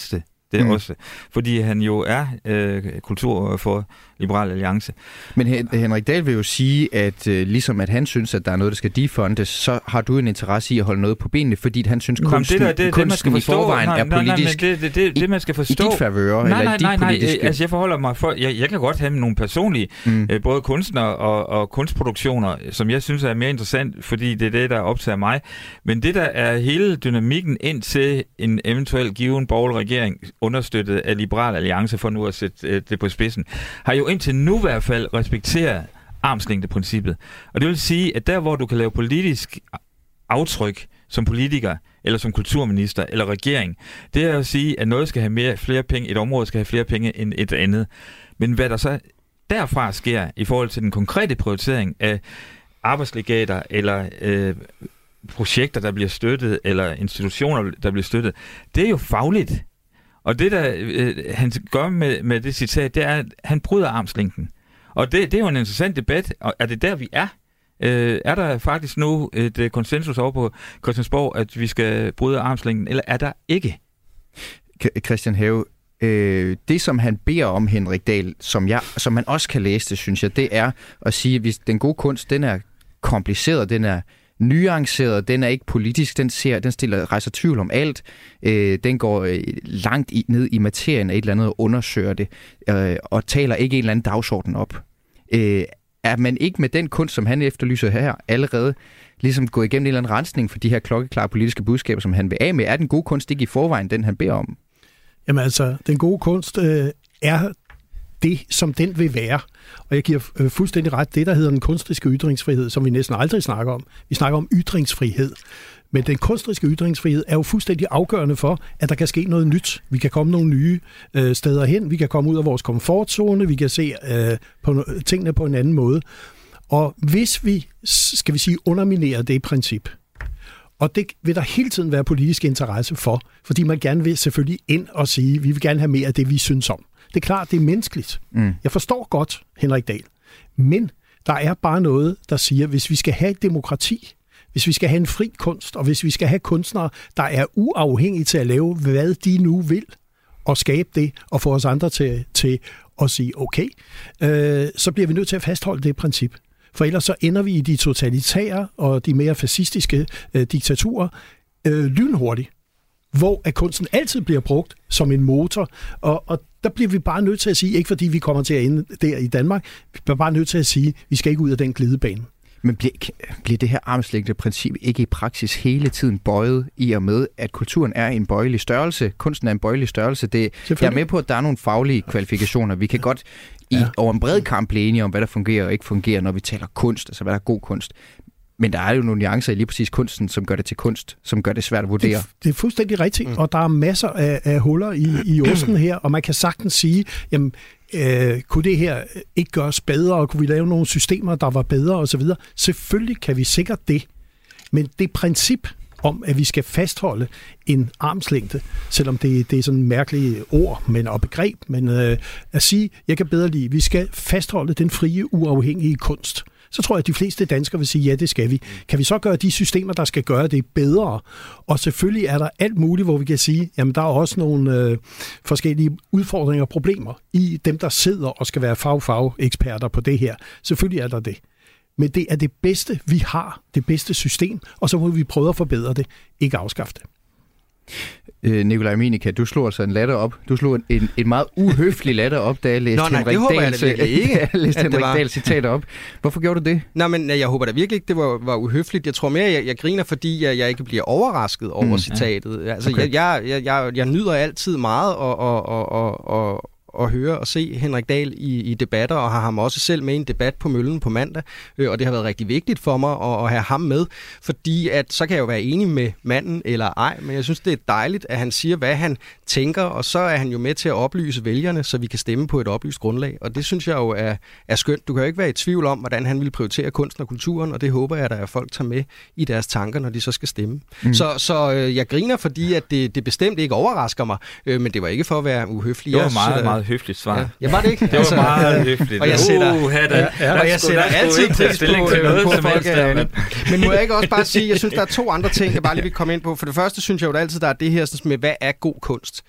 Det er Mm. også, fordi han jo er øh, kultur for Liberal Alliance. Men Henrik Dahl vil jo sige, at øh, ligesom at han synes, at der er noget, der skal defundes, så har du en interesse i at holde noget på benene, fordi han synes, Jamen, kunsten, det, der, det, kunsten det, man skal forstå, i forvejen nej, er nej, politisk nej, det, det, det, det, man skal forstå, i dit favør, nej, eller nej, i dit nej, nej, politiske... altså jeg forholder mig for, jeg, jeg kan godt have nogle personlige, mm. øh, både kunstnere og, og kunstproduktioner, som jeg synes er mere interessant, fordi det er det, der optager mig. Men det, der er hele dynamikken ind til en eventuel given borgerlig regering, understøttet af Liberal Alliance, for nu at sætte øh, det på spidsen, har jo indtil nu i hvert fald respekteret armslængdeprincippet. Og det vil sige, at der, hvor du kan lave politisk aftryk som politiker, eller som kulturminister, eller regering, det er at sige, at noget skal have mere, flere penge, et område skal have flere penge end et andet. Men hvad der så derfra sker i forhold til den konkrete prioritering af arbejdslegater, eller øh, projekter, der bliver støttet, eller institutioner, der bliver støttet, det er jo fagligt. Og det, der øh, han gør med, med det citat, det er, at han bryder armslængden. Og det, det er jo en interessant debat, og er det der, vi er? Øh, er der faktisk nu et øh, konsensus over på Christiansborg, at vi skal bryde armslængden, eller er der ikke? Christian Have, øh, det som han beder om, Henrik Dahl, som, jeg, som man også kan læse det, synes jeg, det er at sige, at hvis den gode kunst, den er kompliceret, den er nuanceret, den er ikke politisk, den ser, den stiller, rejser tvivl om alt, øh, den går øh, langt i, ned i materien af et eller andet og undersøger det, øh, og taler ikke en eller anden dagsorden op. Øh, er man ikke med den kunst, som han efterlyser her, allerede ligesom gået igennem en eller anden rensning for de her klokkeklare politiske budskaber, som han vil af med? Er den gode kunst ikke i forvejen den, han beder om? Jamen altså, den gode kunst øh, er det, som den vil være. Og jeg giver øh, fuldstændig ret, det der hedder den kunstneriske ytringsfrihed, som vi næsten aldrig snakker om. Vi snakker om ytringsfrihed. Men den kunstneriske ytringsfrihed er jo fuldstændig afgørende for, at der kan ske noget nyt. Vi kan komme nogle nye øh, steder hen, vi kan komme ud af vores komfortzone, vi kan se øh, på tingene på en anden måde. Og hvis vi, skal vi sige, underminerer det princip, og det vil der hele tiden være politisk interesse for, fordi man gerne vil selvfølgelig ind og sige, vi vil gerne have mere af det, vi synes om. Det er klart, det er menneskeligt. Mm. Jeg forstår godt, Henrik Dahl. Men der er bare noget, der siger, hvis vi skal have et demokrati, hvis vi skal have en fri kunst, og hvis vi skal have kunstnere, der er uafhængige til at lave, hvad de nu vil, og skabe det, og få os andre til, til at sige, okay, øh, så bliver vi nødt til at fastholde det princip. For ellers så ender vi i de totalitære og de mere fascistiske øh, diktaturer øh, lynhurtigt, hvor at kunsten altid bliver brugt som en motor, og, og der bliver vi bare nødt til at sige, ikke fordi vi kommer til at ende der i Danmark, vi bliver bare nødt til at sige, vi skal ikke ud af den glidebane. Men bliver, bliver det her armslængdeprincip ikke i praksis hele tiden bøjet i og med, at kulturen er en bøjelig størrelse, kunsten er en bøjelig størrelse? Det, jeg er med på, at der er nogle faglige kvalifikationer. Vi kan godt i, ja. over en bred kamp blive enige om, hvad der fungerer og ikke fungerer, når vi taler kunst, altså hvad der er god kunst. Men der er jo nogle nuancer i lige præcis kunsten, som gør det til kunst, som gør det svært at vurdere. Det, det er fuldstændig rigtigt, mm. og der er masser af, af huller i, i osten her, og man kan sagtens sige, jamen, øh, kunne det her ikke gøres bedre, og kunne vi lave nogle systemer, der var bedre osv.? Selvfølgelig kan vi sikkert det, men det princip om, at vi skal fastholde en armslængde, selvom det, det er sådan et mærkeligt ord men, og begreb, men øh, at sige, jeg kan bedre lide, vi skal fastholde den frie, uafhængige kunst. Så tror jeg, at de fleste danskere vil sige, ja, det skal vi. Kan vi så gøre de systemer, der skal gøre det bedre? Og selvfølgelig er der alt muligt, hvor vi kan sige, jamen der er også nogle øh, forskellige udfordringer og problemer i dem, der sidder og skal være fag-fag-eksperter på det her. Selvfølgelig er der det. Men det er det bedste, vi har, det bedste system, og så må vi prøve at forbedre det, ikke afskaffe det. Øh, Nikolaj Minica, du slog altså en latter op. Du slog en, en meget uhøflig latter op, da jeg læste Nå, nej, Henrik Dahls, ikke, jeg læste Henrik var... Dahls citater op. Hvorfor gjorde du det? Nej, men jeg håber da virkelig ikke, det var, var uhøfligt. Jeg tror mere, jeg, jeg griner, fordi jeg, jeg ikke bliver overrasket over mm, citatet. Ja. Altså, okay. jeg, jeg, jeg, jeg nyder altid meget at, at, at, at, at at høre og se Henrik Dahl i, i debatter, og har ham også selv med i en debat på Møllen på mandag, øh, og det har været rigtig vigtigt for mig at, at have ham med, fordi at, så kan jeg jo være enig med manden eller ej, men jeg synes, det er dejligt, at han siger, hvad han tænker, og så er han jo med til at oplyse vælgerne, så vi kan stemme på et oplyst grundlag, og det synes jeg jo er, er skønt. Du kan jo ikke være i tvivl om, hvordan han vil prioritere kunsten og kulturen, og det håber jeg, at folk tager med i deres tanker, når de så skal stemme. Mm. Så, så øh, jeg griner, fordi at det, det bestemt ikke overrasker mig, øh, men det var ikke for at være uhøflig. Det var meget, meget høfligt svar. Ja, ja, var det ikke? Det var altså, meget høfligt. Og jeg sætter, uh, ja, ja, og jeg sætter altid pris på, øh, på folk. Øh, men må jeg ikke også bare sige, jeg synes, der er to andre ting, jeg bare lige vil komme ind på. For det første synes jeg jo altid, der er det her sådan med, hvad er god kunst?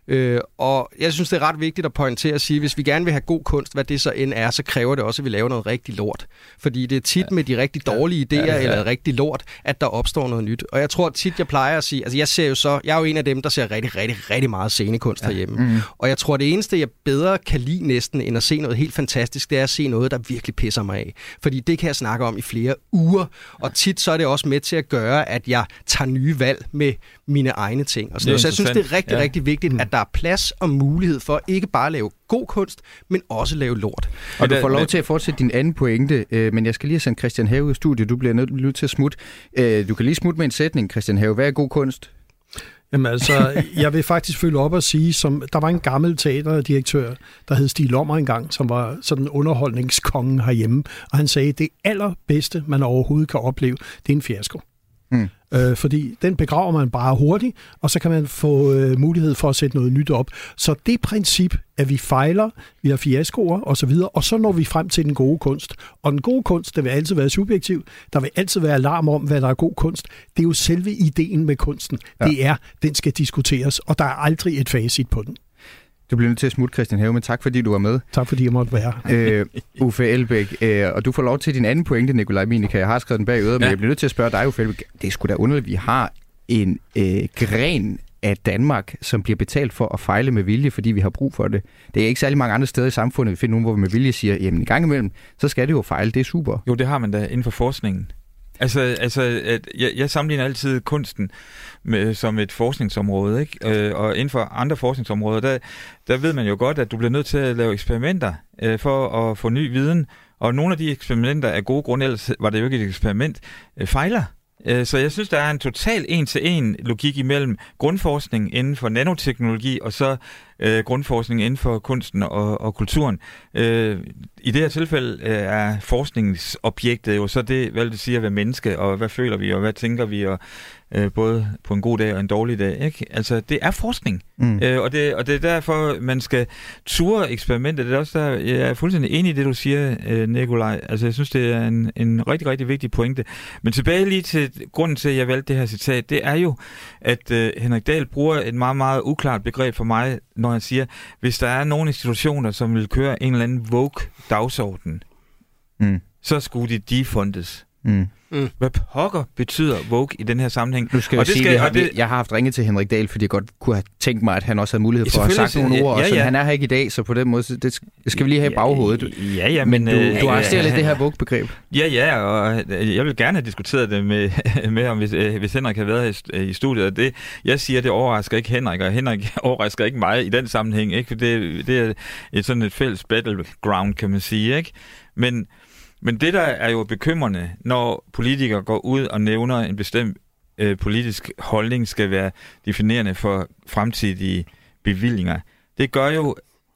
Øh, og jeg synes, det er ret vigtigt at pointere at sige, at hvis vi gerne vil have god kunst, hvad det så end er, så kræver det også, at vi laver noget rigtig lort. Fordi det er tit ja. med de rigtig dårlige idéer, ja, ja, ja. eller rigtig lort, at der opstår noget nyt. Og jeg tror tit, jeg plejer at sige, altså jeg ser jo så, jeg er jo en af dem, der ser rigtig, rigtig, rigtig meget scenekunst ja. herhjemme. Mm. Og jeg tror, det eneste, jeg bedre kan lide næsten, end at se noget helt fantastisk, det er at se noget, der virkelig pisser mig af. Fordi det kan jeg snakke om i flere uger, og tit så er det også med til at gøre, at jeg tager nye valg med mine egne ting. Og så, så jeg synes, det er rigtig, ja. rigtig vigtigt, at der er plads og mulighed for ikke bare at lave god kunst, men også lave lort. Og du får lov til at fortsætte din anden pointe, øh, men jeg skal lige have sendt Christian Have i studiet. Du bliver nødt, nødt til at smutte. Øh, du kan lige smutte med en sætning, Christian Have. Hvad er god kunst? Jamen altså, jeg vil faktisk følge op og sige, som der var en gammel teaterdirektør, der hed Stig Lommer engang, som var sådan underholdningskongen herhjemme, og han sagde, det allerbedste, man overhovedet kan opleve, det er en fiasko. Hmm. Øh, fordi den begraver man bare hurtigt, og så kan man få øh, mulighed for at sætte noget nyt op. Så det princip, at vi fejler, vi har fiaskoer og så videre, og så når vi frem til den gode kunst. Og den gode kunst, der vil altid være subjektiv, der vil altid være alarm om, hvad der er god kunst. Det er jo selve ideen med kunsten. Ja. Det er, den skal diskuteres, og der er aldrig et facit på den. Du bliver nødt til at smutte, Christian Have, men tak fordi du var med. Tak fordi jeg måtte være. øh, Uffe Elbæk, øh, og du får lov til din anden pointe, Nikolaj Minica. Jeg har skrevet den bag øret, ja. men jeg bliver nødt til at spørge dig, Uffe Elbæk. Det er sgu da underligt, vi har en øh, gren af Danmark, som bliver betalt for at fejle med vilje, fordi vi har brug for det. Det er ikke særlig mange andre steder i samfundet, vi finder nogen, hvor vi med vilje siger, jamen i gang imellem, så skal det jo fejle, det er super. Jo, det har man da inden for forskningen. Altså, altså at jeg, jeg sammenligner altid kunsten med, som et forskningsområde, ikke? Øh, og inden for andre forskningsområder, der, der ved man jo godt, at du bliver nødt til at lave eksperimenter øh, for at få ny viden. Og nogle af de eksperimenter af gode grunde, ellers var det jo ikke et eksperiment, øh, fejler. Øh, så jeg synes, der er en total en-til-en logik imellem grundforskning inden for nanoteknologi og så øh, grundforskning inden for kunsten og, og kulturen. Øh, I det her tilfælde øh, er forskningsobjektet jo så det, hvad det siger at være menneske, og hvad føler vi, og hvad tænker vi, og øh, både på en god dag og en dårlig dag. Ikke? Altså, det er forskning, mm. øh, og, det, og det er derfor, man skal ture eksperimentet. Det er også der, jeg er fuldstændig enig i det, du siger, øh, Nikolaj. Altså, jeg synes, det er en, en rigtig, rigtig vigtig pointe. Men tilbage lige til grunden til, at jeg valgte det her citat, det er jo, at øh, Henrik Dahl bruger et meget, meget uklart begreb for mig, når han siger, hvis der er nogle institutioner, som vil køre en eller anden woke-dagsorden, mm. så skulle de defundes. Mm. Mm. Hvad pokker betyder woke i den her sammenhæng? Du skal jo og det sige, skal, har, det... jeg har haft ringet til Henrik Dahl, fordi jeg godt kunne have tænkt mig, at han også havde mulighed for at have sagt nogle ord, ja, ja. Og han er her ikke i dag, så på den måde, det skal vi lige have i baghovedet. Ja, ja, men, men du, øh, du arresterer ja, lidt det her woke-begreb. Ja, ja, og jeg vil gerne have diskuteret det med, med ham, hvis, hvis Henrik har været i, i studiet. Og det, jeg siger, det overrasker ikke Henrik, og Henrik overrasker ikke mig i den sammenhæng, ikke? For det, det er et sådan et fælles battleground, kan man sige, ikke? Men Men det, der er jo bekymrende, når politikere går ud og nævner en bestemt øh, politisk holdning skal være definerende for fremtidige bevillinger, det gør jo,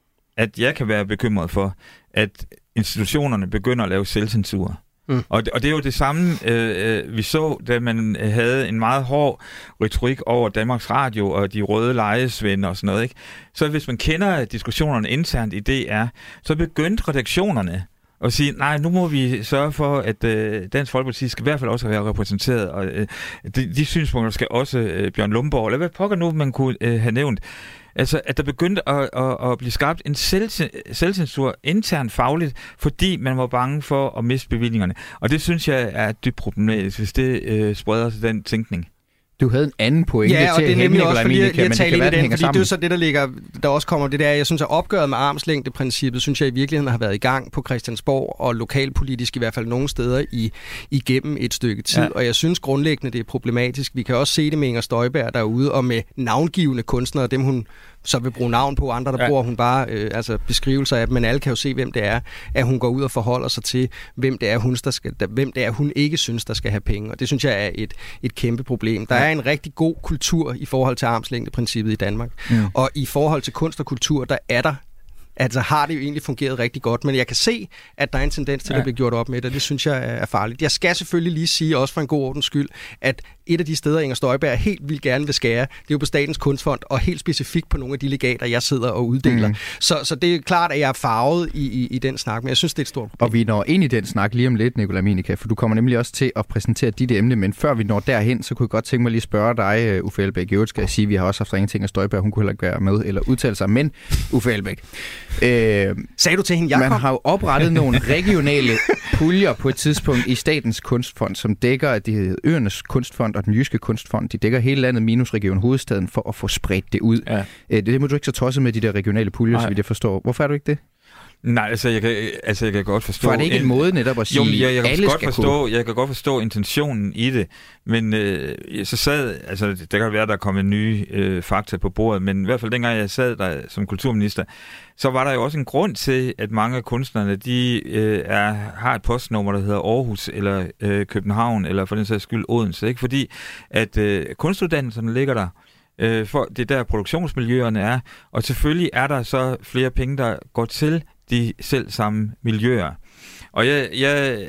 at jeg kan være bekymret for, at institutionerne begynder at lave selvcensur. Mm. Og, det, og det er jo det samme, øh, vi så, da man havde en meget hård retorik over Danmarks Radio og de røde lejesvende og sådan noget, ikke? Så hvis man kender diskussionerne internt i D R, så begyndte redaktionerne og sige, nej, nu må vi sørge for, at øh, Dansk Folkeparti skal i hvert fald også være repræsenteret, og øh, de, de synspunkter skal også øh, Bjørn Lomborg, eller hvad pokker nu, man kunne øh, have nævnt. Altså, at der begyndte at, at, at blive skabt en selv, selvcensur internt fagligt, fordi man var bange for at miste bevillingerne. Og det synes jeg er dybt problematisk, hvis det øh, spreder sig den tænkning. Du havde en anden pointe ja, og til det er nemlig også, fordi jeg, jeg men taler ind i den, fordi sammen. det er så det, der ligger, der også kommer det der, jeg synes, at opgøret med armslængdeprincippet, synes jeg i virkeligheden har været i gang på Christiansborg, og lokalpolitisk i hvert fald nogle steder i, igennem et stykke tid, ja. Og jeg synes grundlæggende, det er problematisk. Vi kan også se det med Inger Støjberg derude, og med navngivende kunstnere, dem hun så vil bruge navn på, andre der ja. bruger hun bare øh, altså beskrivelser af dem, men alle kan jo se, hvem det er, at hun går ud og forholder sig til, hvem det er, hun, der skal, der, hvem det er, hun ikke synes, der skal have penge. Og det synes jeg er et, et kæmpe problem. Der er en rigtig god kultur i forhold til armslængdeprincippet i Danmark. Ja. Og i forhold til kunst og kultur, der er der Altså har det jo egentlig fungeret rigtig godt, men jeg kan se, at der er en tendens til, at det bliver gjort op med det, og det synes jeg er farligt. Jeg skal selvfølgelig lige sige, også for en god ordens skyld, at et af de steder, Inger Støjberg helt vildt gerne vil skære, det er jo på Statens Kunstfond, og helt specifikt på nogle af de legater, jeg sidder og uddeler. Mm. Så, så det er klart, at jeg er farvet i, i, i den snak, men jeg synes, det er et stort problem. Og vi når ind i den snak lige om lidt, Nicolai Minicke, for du kommer nemlig også til at præsentere dit emne, men før vi når derhen, så kunne jeg godt tænke mig lige at spørge dig, Uffe Elbæk. I øvrigt skal jeg sige, at vi har også haft ringet til Inger Støjberg, hun kunne heller ikke være med eller udtale sig, men Uffe Elbæk. Øh, Sagde du til hende, Jacob? Man har jo oprettet nogle regionale puljer på et tidspunkt i Statens Kunstfond, som dækker, at det hedder Øernes Kunstfond og den Jyske Kunstfond. De dækker hele landet minus Region Hovedstaden for at få spredt det ud. Ja. Det, det må du ikke så tosset med, de der regionale puljer, så vidt jeg forstår. Hvorfor er du ikke det? Nej, altså jeg kan, altså jeg kan godt forstå... For er det ikke en, en måde netop at sige, jo, jeg, jeg kan alle godt skal forstå, kunne... Jeg kan godt forstå intentionen i det, men øh, så sad... Altså, det kan være, der er kommet nye øh, fakta på bordet, men i hvert fald dengang jeg sad der som kulturminister, så var der jo også en grund til, at mange af kunstnerne, de øh, er, har et postnummer, der hedder Aarhus, eller øh, København, eller for den sags skyld Odense, ikke? Fordi at øh, kunstuddannelserne ligger der, øh, for det der produktionsmiljøerne er, og selvfølgelig er der så flere penge, der går til de selv samme miljøer. Og jeg, jeg,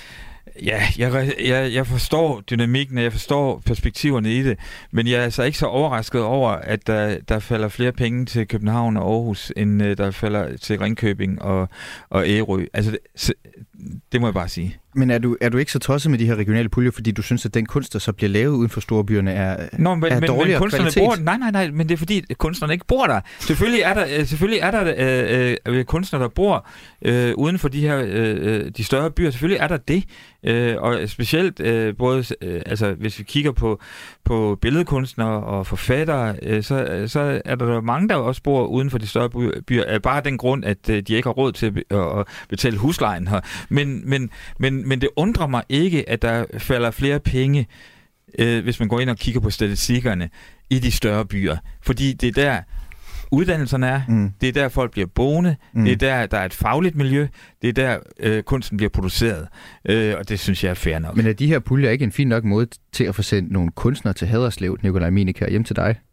ja, jeg, jeg, jeg forstår dynamikken, og jeg forstår perspektiverne i det, men jeg er altså ikke så overrasket over, at der, der falder flere penge til København og Aarhus, end der falder til Ringkøbing og, og Ærø. Altså, det, det må jeg bare sige. Men er du, er du ikke så tosset med de her regionale puljer, fordi du synes, at den kunst, der så bliver lavet uden for storbyerne, er, Nå, men, er men, dårligere men kvalitet? Bor, nej, nej, nej, men det er fordi, kunstnerne ikke bor der. Selvfølgelig er der, selvfølgelig er der øh, øh, kunstnere, der bor øh, uden for de her øh, de større byer. Selvfølgelig er der det. Øh, og specielt, øh, både, øh, altså, hvis vi kigger på, på billedkunstnere og forfattere, øh, så, så er der mange, der også bor uden for de større byer. Bare af den grund, at øh, de ikke har råd til at, at betale huslejen her. Men, men, men, men det undrer mig ikke, at der falder flere penge, øh, hvis man går ind og kigger på statistikkerne, i de større byer. Fordi det er der, uddannelserne er, mm. det er der, folk bliver boende, mm. det er der, der er et fagligt miljø, det er der, øh, kunsten bliver produceret. Øh, og det synes jeg er fair nok. Men er de her puljer ikke en fin nok måde til at få sendt nogle kunstnere til Haderslev, Nicolai Minicke, hjem til dig?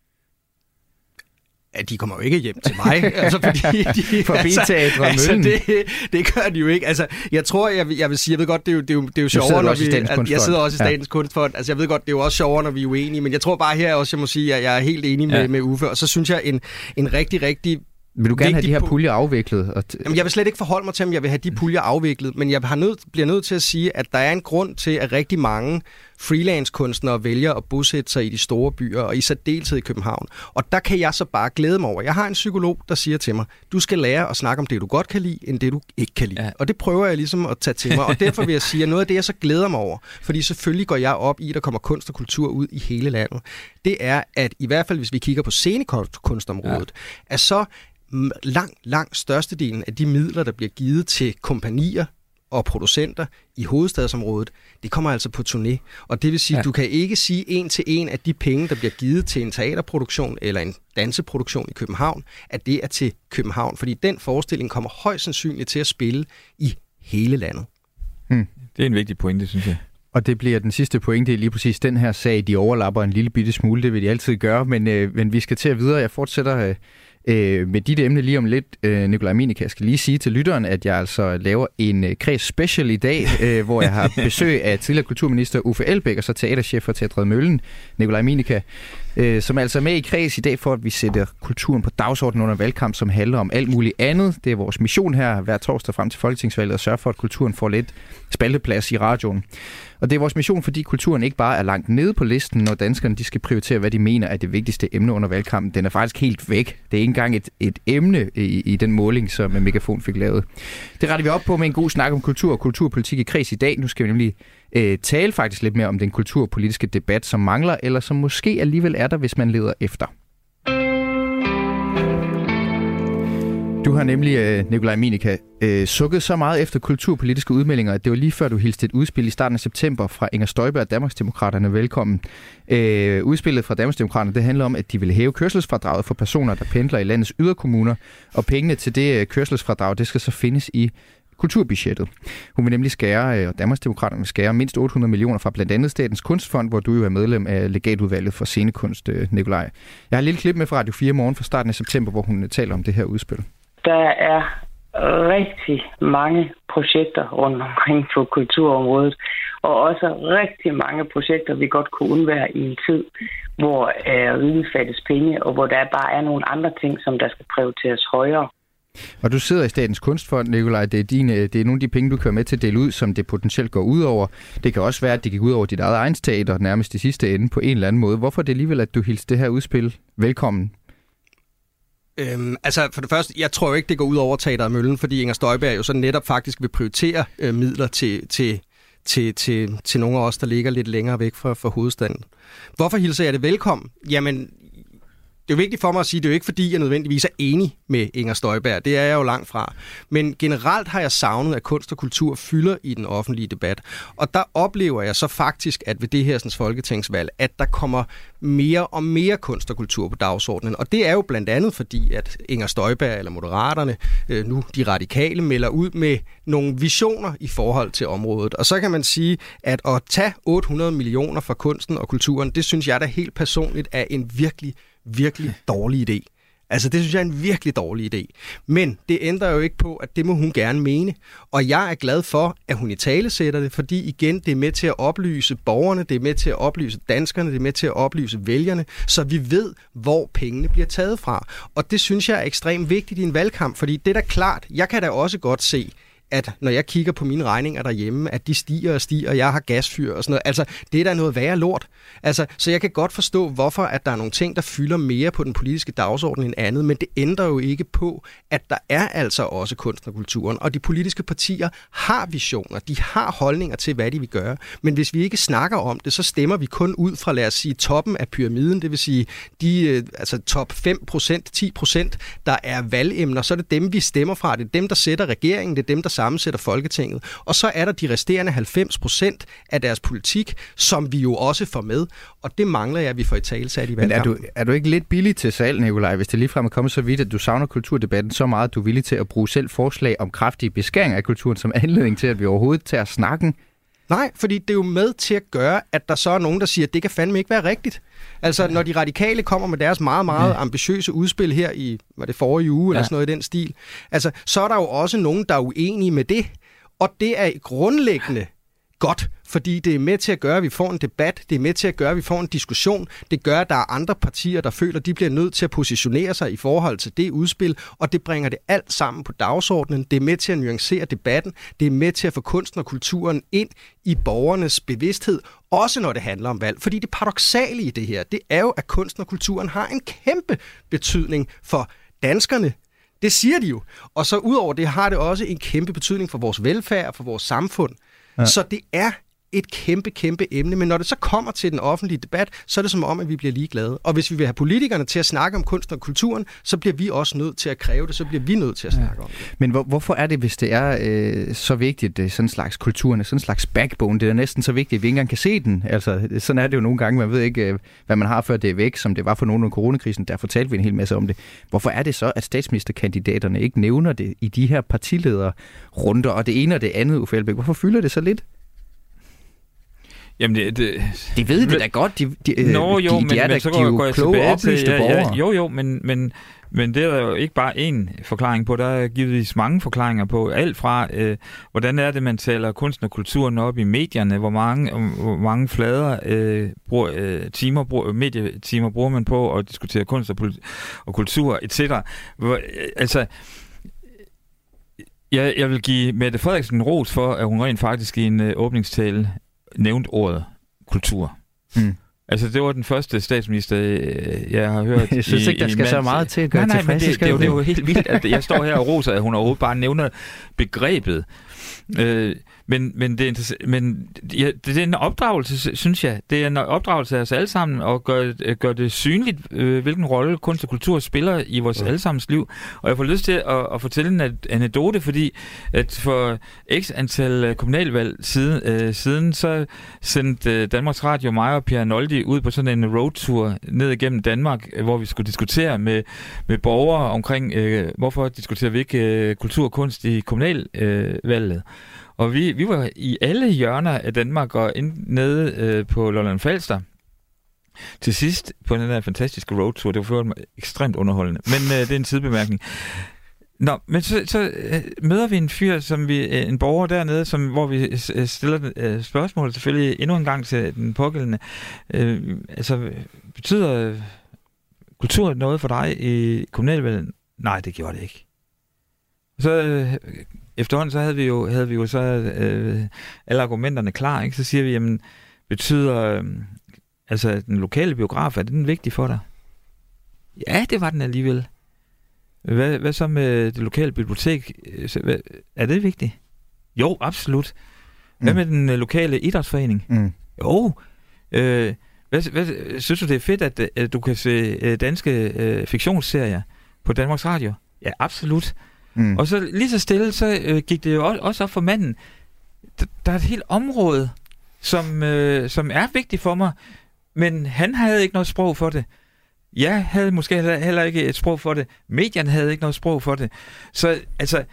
Ja, de kommer jo ikke hjem til mig, altså fordi de... For altså, altså det, det gør de jo ikke. Altså, jeg tror, jeg vil, jeg vil sige, jeg ved godt, det er jo, det er jo, det er jo sjovere, når vi... Altså, jeg sidder også i Statens ja. Kunstfond, altså jeg ved godt, det er jo også sjovere, når vi er uenige, men jeg tror bare her også, jeg må sige, at jeg er helt enig med, ja. med Uffe, og så synes jeg, en, en rigtig, rigtig... Vil du gerne have de her puljer afviklet? Og t- Jamen, jeg vil slet ikke forholde mig til, om jeg vil have de puljer afviklet, men jeg har nød, bliver nødt til at sige, at der er en grund til, at rigtig mange freelance-kunstnere vælger at bosætte sig i de store byer, og i særdeleshed i København. Og der kan jeg så bare glæde mig over. Jeg har en psykolog, der siger til mig, du skal lære at snakke om det, du godt kan lide, end det, du ikke kan lide. Ja. Og det prøver jeg ligesom at tage til mig, og derfor vil jeg sige, at noget af det, jeg så glæder mig over, fordi selvfølgelig går jeg op i, at der kommer kunst og kultur ud i hele landet, det er, at i hvert fald, hvis vi kigger på scenekunstområdet, ja. at så langt, langt størstedelen af de midler, der bliver givet til kompagnier og producenter i hovedstadsområdet, det kommer altså på turné. Og det vil sige, at ja. du kan ikke sige en til en, at de penge, der bliver givet til en teaterproduktion eller en danseproduktion i København, at det er til København. Fordi den forestilling kommer højst sandsynligt til at spille i hele landet. Hmm. Det er en vigtig pointe, synes jeg. Og det bliver den sidste pointe i lige præcis den her sag. De overlapper en lille bitte smule, det vil de altid gøre, men, øh, men vi skal til at videre. Jeg fortsætter øh, øh, med dit emne lige om lidt. Øh, Nicolai Minicke, jeg skal lige sige til lytteren, at jeg altså laver en øh, kreds special i dag, øh, hvor jeg har besøg af tidligere kulturminister Uffe Elbæk og så teaterchef for Teatret Møllen, Nicolai Minicke, øh, som er altså med i kreds i dag for, at vi sætter kulturen på dagsordenen under valgkamp, som handler om alt muligt andet. Det er vores mission her hver torsdag frem til folketingsvalget at sørge for, at kulturen får lidt spalteplads i radioen. Og det er vores mission, fordi kulturen ikke bare er langt nede på listen, når danskerne de skal prioritere, hvad de mener er det vigtigste emne under valgkampen. Den er faktisk helt væk. Det er ikke engang et, et emne i, i den måling, som Megafon fik lavet. Det retter vi op på med en god snak om kultur og kulturpolitik i kreds i dag. Nu skal vi nemlig øh, tale faktisk lidt mere om den kulturpolitiske debat, som mangler, eller som måske alligevel er der, hvis man leder efter. Du har nemlig, øh, Nicolai Minicke, øh, sukket så meget efter kulturpolitiske udmeldinger, at det var lige før, du hilste et udspil i starten af september fra Inger Støjberg og Danmarksdemokraterne velkommen. Øh, udspillet fra Danmarksdemokraterne, det handler om, at de ville hæve kørselsfradraget for personer, der pendler i landets yderkommuner, og pengene til det øh, kørselsfradrag, det skal så findes i kulturbudgettet. Hun vil nemlig skære, og Danmarksdemokraterne vil skære mindst otte hundrede millioner fra blandt andet Statens Kunstfond, hvor du jo er medlem af legatudvalget for scenekunst, Nicolai. Jeg har et lille klip med fra Radio fire morgen fra starten af september, hvor hun taler om det her udspil. der er rigtig mange projekter rundt omkring på kulturområdet, og også rigtig mange projekter, vi godt kunne undvære i en tid, hvor øh, riget fattes penge, og hvor der bare er nogle andre ting, som der skal prioriteres højere. Og du sidder i Statens Kunstfond, Nikolaj. Det er, dine, det er nogle af de penge, du kører med til at dele ud, som det potentielt går ud over. Det kan også være, at det gik ud over dit eget egensteater, nærmest i sidste ende på en eller anden måde. Hvorfor er det alligevel, at du hilser det her udspil velkommen? Øhm, altså for det første, jeg tror jo ikke, det går ud over Teatret Møllen, fordi Inger Støjberg jo så netop faktisk vil prioritere øh, midler til, til, til, til, til nogle af os, der ligger lidt længere væk fra, fra hovedstaden. Hvorfor hilser jeg det velkommen? Jamen, det er jo vigtigt for mig at sige, det er jo ikke fordi, jeg nødvendigvis er enig med Inger Støjberg. Det er jeg jo langt fra. Men generelt har jeg savnet, at kunst og kultur fylder i den offentlige debat. Og der oplever jeg så faktisk, at ved det her sådan, folketingsvalg, at der kommer mere og mere kunst og kultur på dagsordenen. Og det er jo blandt andet fordi, at Inger Støjberg eller Moderaterne, øh, nu de radikale, melder ud med nogle visioner i forhold til området. Og så kan man sige, at at tage otte hundrede millioner fra kunsten og kulturen, det synes jeg da helt personligt er en virkelig virkelig dårlig idé. Altså, det synes jeg er en virkelig dårlig idé. Men det ændrer jo ikke på, at det må hun gerne mene. Og jeg er glad for, at hun italesætter det, fordi igen, det er med til at oplyse borgerne, det er med til at oplyse danskerne, det er med til at oplyse vælgerne, så vi ved, hvor pengene bliver taget fra. Og det synes jeg er ekstremt vigtigt i en valgkamp, fordi det er da klart, jeg kan da også godt se, at når jeg kigger på mine regninger derhjemme, at de stiger og stiger, og jeg har gasfyr og sådan noget. Altså, det er da noget værre lort. Altså, så jeg kan godt forstå, hvorfor at der er nogle ting, der fylder mere på den politiske dagsorden end andet, men det ændrer jo ikke på, at der er altså også kunst og kulturen, og de politiske partier har visioner, de har holdninger til, hvad de vil gøre. Men hvis vi ikke snakker om det, så stemmer vi kun ud fra, lad os sige, toppen af pyramiden, det vil sige de altså top fem procent, ti procent, der er valgemner, så er det dem, vi stemmer fra. Det er dem, der sætter regeringen, det er dem, der sammensætter Folketinget. Og så er der de resterende halvfems procent af deres politik, som vi jo også får med. Og det mangler jeg, at vi får i talesat i valgkampen. Men er du, er du ikke lidt billig til salg, Nikolaj, hvis det ligefrem er kommet så vidt, at du savner kulturdebatten så meget, at du er villig til at bruge selv forslag om kraftige beskæringer af kulturen som anledning til, at vi overhovedet tager snakken? Nej, fordi det er jo med til at gøre, at der så er nogen, der siger, at det kan fandme ikke være rigtigt. Altså, når de radikale kommer med deres meget, meget ambitiøse udspil her i, var det forrige uge, ja. eller sådan noget i den stil, altså, så er der jo også nogen, der er uenige med det. Og det er grundlæggende godt, fordi det er med til at gøre, at vi får en debat, det er med til at gøre, at vi får en diskussion, det gør, at der er andre partier, der føler, at de bliver nødt til at positionere sig i forhold til det udspil, og det bringer det alt sammen på dagsordenen, det er med til at nuancere debatten, det er med til at få kunsten og kulturen ind i borgernes bevidsthed, også når det handler om valg, fordi det paradoksale i det her, det er jo, at kunsten og kulturen har en kæmpe betydning for danskerne. Det siger de jo. Og så udover det har det også en kæmpe betydning for vores velfærd og for vores samfund. Ja. Så det er et kæmpe, kæmpe emne, men når det så kommer til den offentlige debat, så er det som om, at vi bliver ligeglade. Og hvis vi vil have politikerne til at snakke om kunst og kulturen, så bliver vi også nødt til at kræve det, så bliver vi nødt til at snakke ja. om det. Men hvor, hvorfor er det, hvis det er øh, så vigtigt, det er sådan en slags kulturen, sådan en slags backbone, det er næsten så vigtigt, at vi ikke engang kan se den? Altså, sådan er det jo nogle gange, man ved ikke, hvad man har, før det er væk, som det var for nogen under coronakrisen, der fortalte vi en hel masse om det. Hvorfor er det så, at statsministerkandidaterne ikke nævner det i de her partilederrunder, og det ene og det andet, Uffe Elbæk? Hvorfor fylder det så lidt? Jamen det, det, de ved det da godt. De, de, Nå, jo, de, de men, er men da så de er jo kloge, oplyste ja, borgere. Ja, jo, jo, men, men, men det er der jo ikke bare én forklaring på. Der er givetvis mange forklaringer på. Alt fra, øh, hvordan er det, man taler kunsten og kulturen op i medierne? Hvor mange, hvor mange flader øh, bruger, øh, timer, bruger, medietimer bruger man på at diskutere kunst og, og kultur, et cetera. Hvor, øh, altså... Jeg, jeg vil give Mette Frederiksen ros for, at hun rent faktisk i en øh, åbningstale nævnt ordet kultur. Mm. Altså, det var den første statsminister, jeg har hørt. Jeg synes i, ikke, der skal så meget til at gøre nej, nej, tilfreds. Men det, det, det, det er jo helt vildt, at jeg står her og roser, at hun overhovedet bare nævner begrebet. Øh, men, men, det er, men ja, det er en opdragelse, synes jeg. Det er en opdragelse af os alle sammen, og gør, gør det synligt, øh, hvilken rolle kunst og kultur spiller i vores ja. allesammens liv. Og jeg får lyst til at, at fortælle en anekdote, fordi at for x antal kommunalvalg siden, øh, siden så sendte øh, Danmarks Radio mig og Pierre Noldi ud på sådan en roadtour ned igennem Danmark, hvor vi skulle diskutere med, med borgere omkring, øh, hvorfor diskuterer vi ikke øh, kultur og kunst i kommunalvalget. Øh, Og vi, vi var i alle hjørner af Danmark og ind, nede øh, på Lolland Falster. Til sidst på den der fantastiske roadtour, det var for mig ekstremt underholdende. Men øh, det er en sidebemærkning. Nå, men så, så øh, møder vi en fyr, som vi, øh, en borger dernede, som, hvor vi øh, stiller øh, spørgsmål selvfølgelig endnu en gang til den pågældende. Øh, altså, betyder øh, kultur noget for dig i kommunalvalget? Nej, det gjorde det ikke. Så øh, efterhånden så havde vi jo, havde vi jo så øh, alle argumenterne klar, ikke? Så siger vi, jamen, betyder øh, altså den lokale biograf, er den vigtig for dig? Ja, det var den alligevel. Hvad, hvad så med det lokale bibliotek? Er det vigtigt? Jo, absolut. Hvad mm. med den lokale idrætsforening? Mm. Jo. Øh, hvad, hvad, synes du, det er fedt, at, at du kan se danske øh, fiktionsserier på Danmarks Radio? Ja, absolut. Mm. Og så lige så stille, så øh, gik det jo også op for manden. Der, der er et helt område, som, øh, som er vigtigt for mig, men han havde ikke noget sprog for det. Jeg havde måske heller ikke et sprog for det. Medierne havde ikke noget sprog for det. Så altså,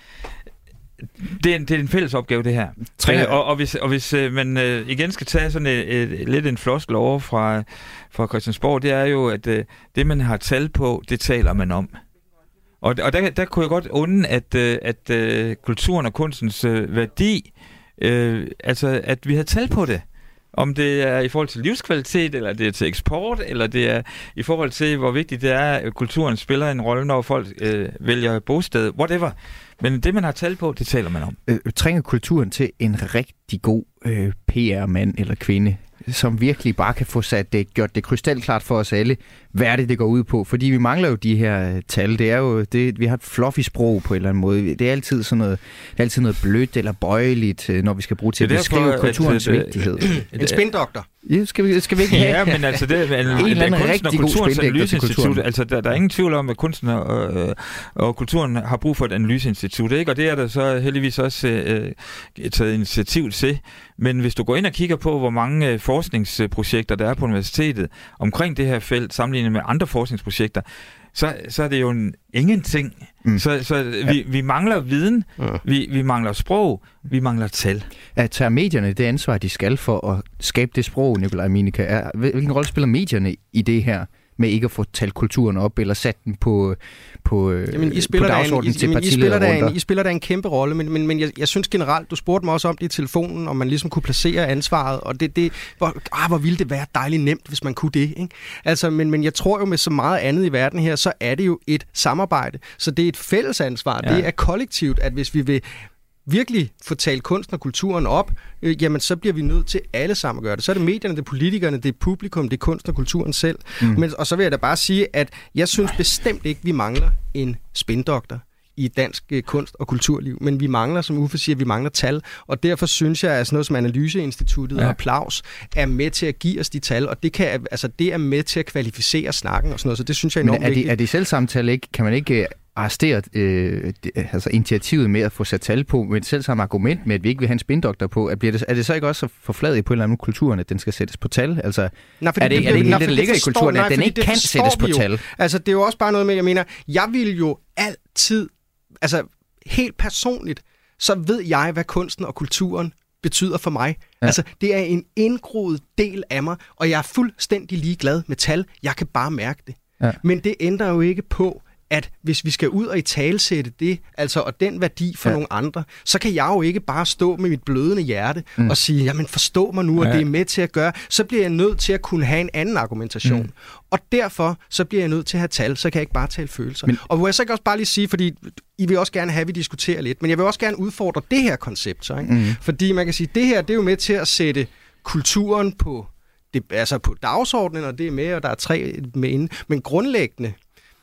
det er en, det er en fælles opgave, det her. Tre, og, og, hvis, og hvis øh, man øh, igen skal tage sådan et, et, lidt en floskel over fra, fra Christiansborg, det er jo, at øh, det, man har tal på, det taler man om. Og, og der, der kunne jeg godt undre, at, øh, at øh, kulturen og kunstens øh, værdi, øh, altså at vi har tal på det. Om det er i forhold til livskvalitet, eller det er til eksport, eller det er i forhold til, hvor vigtigt det er, at kulturen spiller en rolle, når folk øh, vælger bosted, whatever. Men det, man har talt på, det taler man om. Øh, trænger kulturen til en rigtig god øh, P R-mand eller kvinde, som virkelig bare kan få sat det, gjort det krystalklart for os alle, hvad er det, det går ud på? Fordi vi mangler jo de her tal. Det er jo, det, vi har et fluffy sprog på en eller anden måde. Det er altid sådan noget, det er altid noget blødt eller bøjeligt, når vi skal bruge til at beskrive kulturens at, vigtighed. En spindoktor. Ja, skal vi, skal vi ikke have? Ja, men altså, det er en, en, en, en kunsten og kulturens analyseinstitut. Altså, der, der er ingen tvivl om, at kunsten og, øh, og kulturen har brug for et analyseinstitut, ikke? Og det er der så heldigvis også øh, taget initiativ til. Men hvis du går ind og kigger på, hvor mange øh, forskningsprojekter der er på universitetet omkring det her felt, sammenlignet med andre forskningsprojekter, så, så er det jo en ingenting. Mm. Så, så vi, ja. vi mangler viden, ja. vi, vi mangler sprog, vi mangler tal. At tage medierne det ansvar, de skal for at skabe det sprog, Nikolaj Minica, er, hvilken rolle spiller medierne i det her, med ikke at få talt kulturen op, eller sat den på, på, jamen, I spiller på dagsordenen til partilederrunder? I spiller der en kæmpe rolle, men, men, men jeg, jeg synes generelt, du spurgte mig også om det i telefonen, om man ligesom kunne placere ansvaret, og det, det hvor, ah, hvor ville det være dejligt nemt, hvis man kunne det, ikke? Altså, men, men jeg tror jo med så meget andet i verden her, så er det jo et samarbejde, så det er et fælles ansvar, ja. Det er kollektivt, at hvis vi vil virkelig få talt kunsten og kulturen op, øh, jamen så bliver vi nødt til alle sammen at gøre det. Så er det medierne, det er politikerne, det er publikum, det er kunsten og kulturen selv. Mm. Men, og så vil jeg da bare sige, at jeg synes bestemt ikke, vi mangler en spindoktor i dansk øh, kunst- og kulturliv, men vi mangler, som Uffe siger, vi mangler tal, og derfor synes jeg, at sådan noget som Analyseinstituttet ja. og Applaus er med til at give os de tal, og det, kan, altså, det er med til at kvalificere snakken og sådan noget, så det synes jeg er enormt men er vigtigt. Men er det selv samtale ikke, kan man ikke arrestere øh, altså initiativet med at få sat tal på, med et selv samme argument med, at vi ikke vil have en spindoktor på, at bliver det, er det så ikke også forfladet på en eller anden kulturen, at den skal sættes på tal? Altså, nej, er det, det, er det ikke det, der ligger i kulturen, nej, at den ikke kan sættes på tal? Altså, det er jo også bare noget med, jeg mener, jeg vil jo altid, altså helt personligt, så ved jeg, hvad kunsten og kulturen betyder for mig. Ja. Altså, det er en indgroet del af mig, og jeg er fuldstændig ligeglad med tal. Jeg kan bare mærke det. Ja. Men det ændrer jo ikke på, at hvis vi skal ud og i talsætte det, altså og den værdi for ja. nogle andre, så kan jeg jo ikke bare stå med mit blødende hjerte mm. og sige, jamen forstå mig nu, og ja. det er med til at gøre. Så bliver jeg nødt til at kunne have en anden argumentation. Mm. Og derfor så bliver jeg nødt til at have tal, så kan jeg ikke bare tale følelser. Men, og vil jeg så ikke også bare lige sige, fordi I vil også gerne have, at vi diskuterer lidt, men jeg vil også gerne udfordre det her koncept. Så, ikke? Mm. Fordi man kan sige, det her, det er jo med til at sætte kulturen på, det, altså på dagsordenen, og det er med, og der er tre med inde. Men grundlæggende,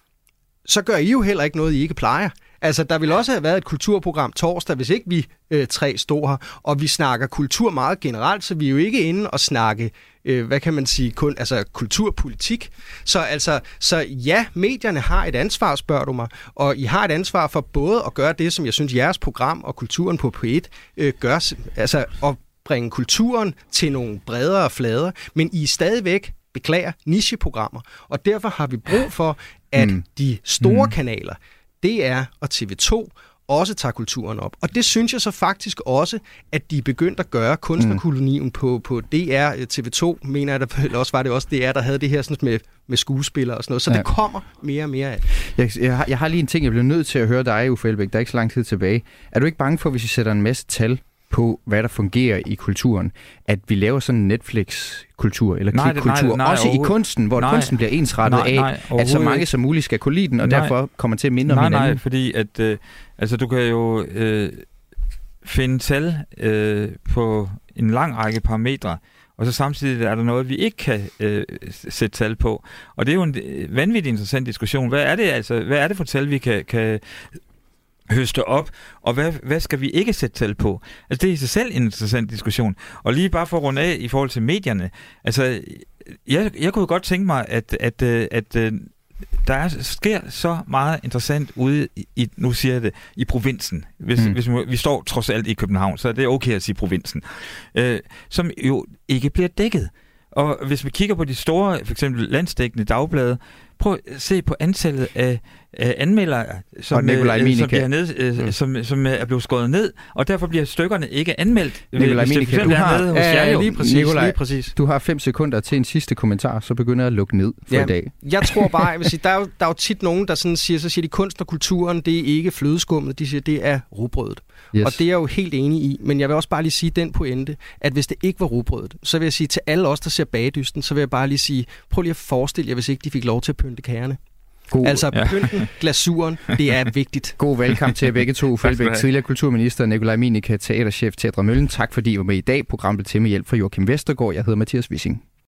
så gør I jo heller ikke noget, I ikke plejer. Altså, der ville også have været et kulturprogram torsdag, hvis ikke vi øh, tre stod her, og vi snakker kultur meget generelt, så vi er jo ikke inde og snakke, øh, hvad kan man sige, kun, altså kulturpolitik. Så altså, så ja, medierne har et ansvar, spørger du mig, og I har et ansvar for både at gøre det, som jeg synes, jeres program og kulturen på P et øh, gør, altså at bringe kulturen til nogle bredere flader, men I er stadigvæk, beklager, nicheprogrammer, og derfor har vi brug for, at mm. de store mm. kanaler, D R og T V to også tager kulturen op. Og det synes jeg så faktisk også, at de er begyndt at gøre. Kunstnerkolonien mm. på, på D R, T V to, mener jeg, der også var det også D R, der havde det her sådan med, med skuespillere og sådan noget. Så ja. det kommer mere og mere af. Jeg, jeg, har, jeg har lige en ting, jeg bliver nødt til at høre dig, Uffe Elbæk. Der er ikke så lang tid tilbage. Er du ikke bange for, hvis vi sætter en masse tal på, hvad der fungerer i kulturen, at vi laver sådan en Netflix-kultur eller klikkultur, også i kunsten, hvor nej, kunsten bliver ensrettet nej, nej, af, at så mange som muligt skal kunne lide den, og nej, derfor kommer til at minde om hinanden? Nej, nej, fordi at, øh, altså, du kan jo øh, finde tal øh, på en lang række parametre, og så samtidig er der noget, vi ikke kan øh, sætte tal på. Og det er jo en vanvittig interessant diskussion. Hvad er det, altså, hvad er det for tal, vi kan... kan høste op, og hvad, hvad skal vi ikke sætte tal på? Altså, det er i sig selv en interessant diskussion. Og lige bare for at runde af i forhold til medierne, altså, jeg, jeg kunne godt tænke mig, at, at, at, at der er, sker så meget interessant ude i, nu siger jeg det, i provinsen. Hvis, mm. hvis vi, vi står trods alt i København, så er det okay at sige provinsen, øh, som jo ikke bliver dækket. Og hvis vi kigger på de store, for eksempel landsdækkende dagblade, prøv at se på antallet af, af anmeldere, som, øh, som, bliver ned, øh, mm. som, som er blevet skåret ned, og derfor bliver stykkerne ikke anmeldt. Nikolaj Minicke, du har, hos ja, lige præcis, Nikolaj, lige præcis. Du har fem sekunder til en sidste kommentar, så begynder jeg at lukke ned for ja, i dag. Jeg tror bare, jeg vil sige, der, er jo, der er jo tit nogen, der sådan siger, så siger de, kunst og kulturen, det er ikke flødeskummet, de siger, det er rugbrødet. Yes. Og det er jeg jo helt enig i, men jeg vil også bare lige sige den pointe, at hvis det ikke var rugbrødet, så vil jeg sige til alle os, der ser Bagedysten, så vil jeg bare lige sige, prøv lige at forestille jer, hvis ikke de fik lov til at pynte kagerne. God, altså ja. pynten, glasuren, det er vigtigt. God velkommen til begge to. Uffe Elbæk, tidligere kulturminister, Nikolaj Minicke, teaterchef, Teater Møllen. Tak fordi I var med i dag. Programmet til med hjælp fra Joachim Vestergaard. Jeg hedder Mathias Wissing.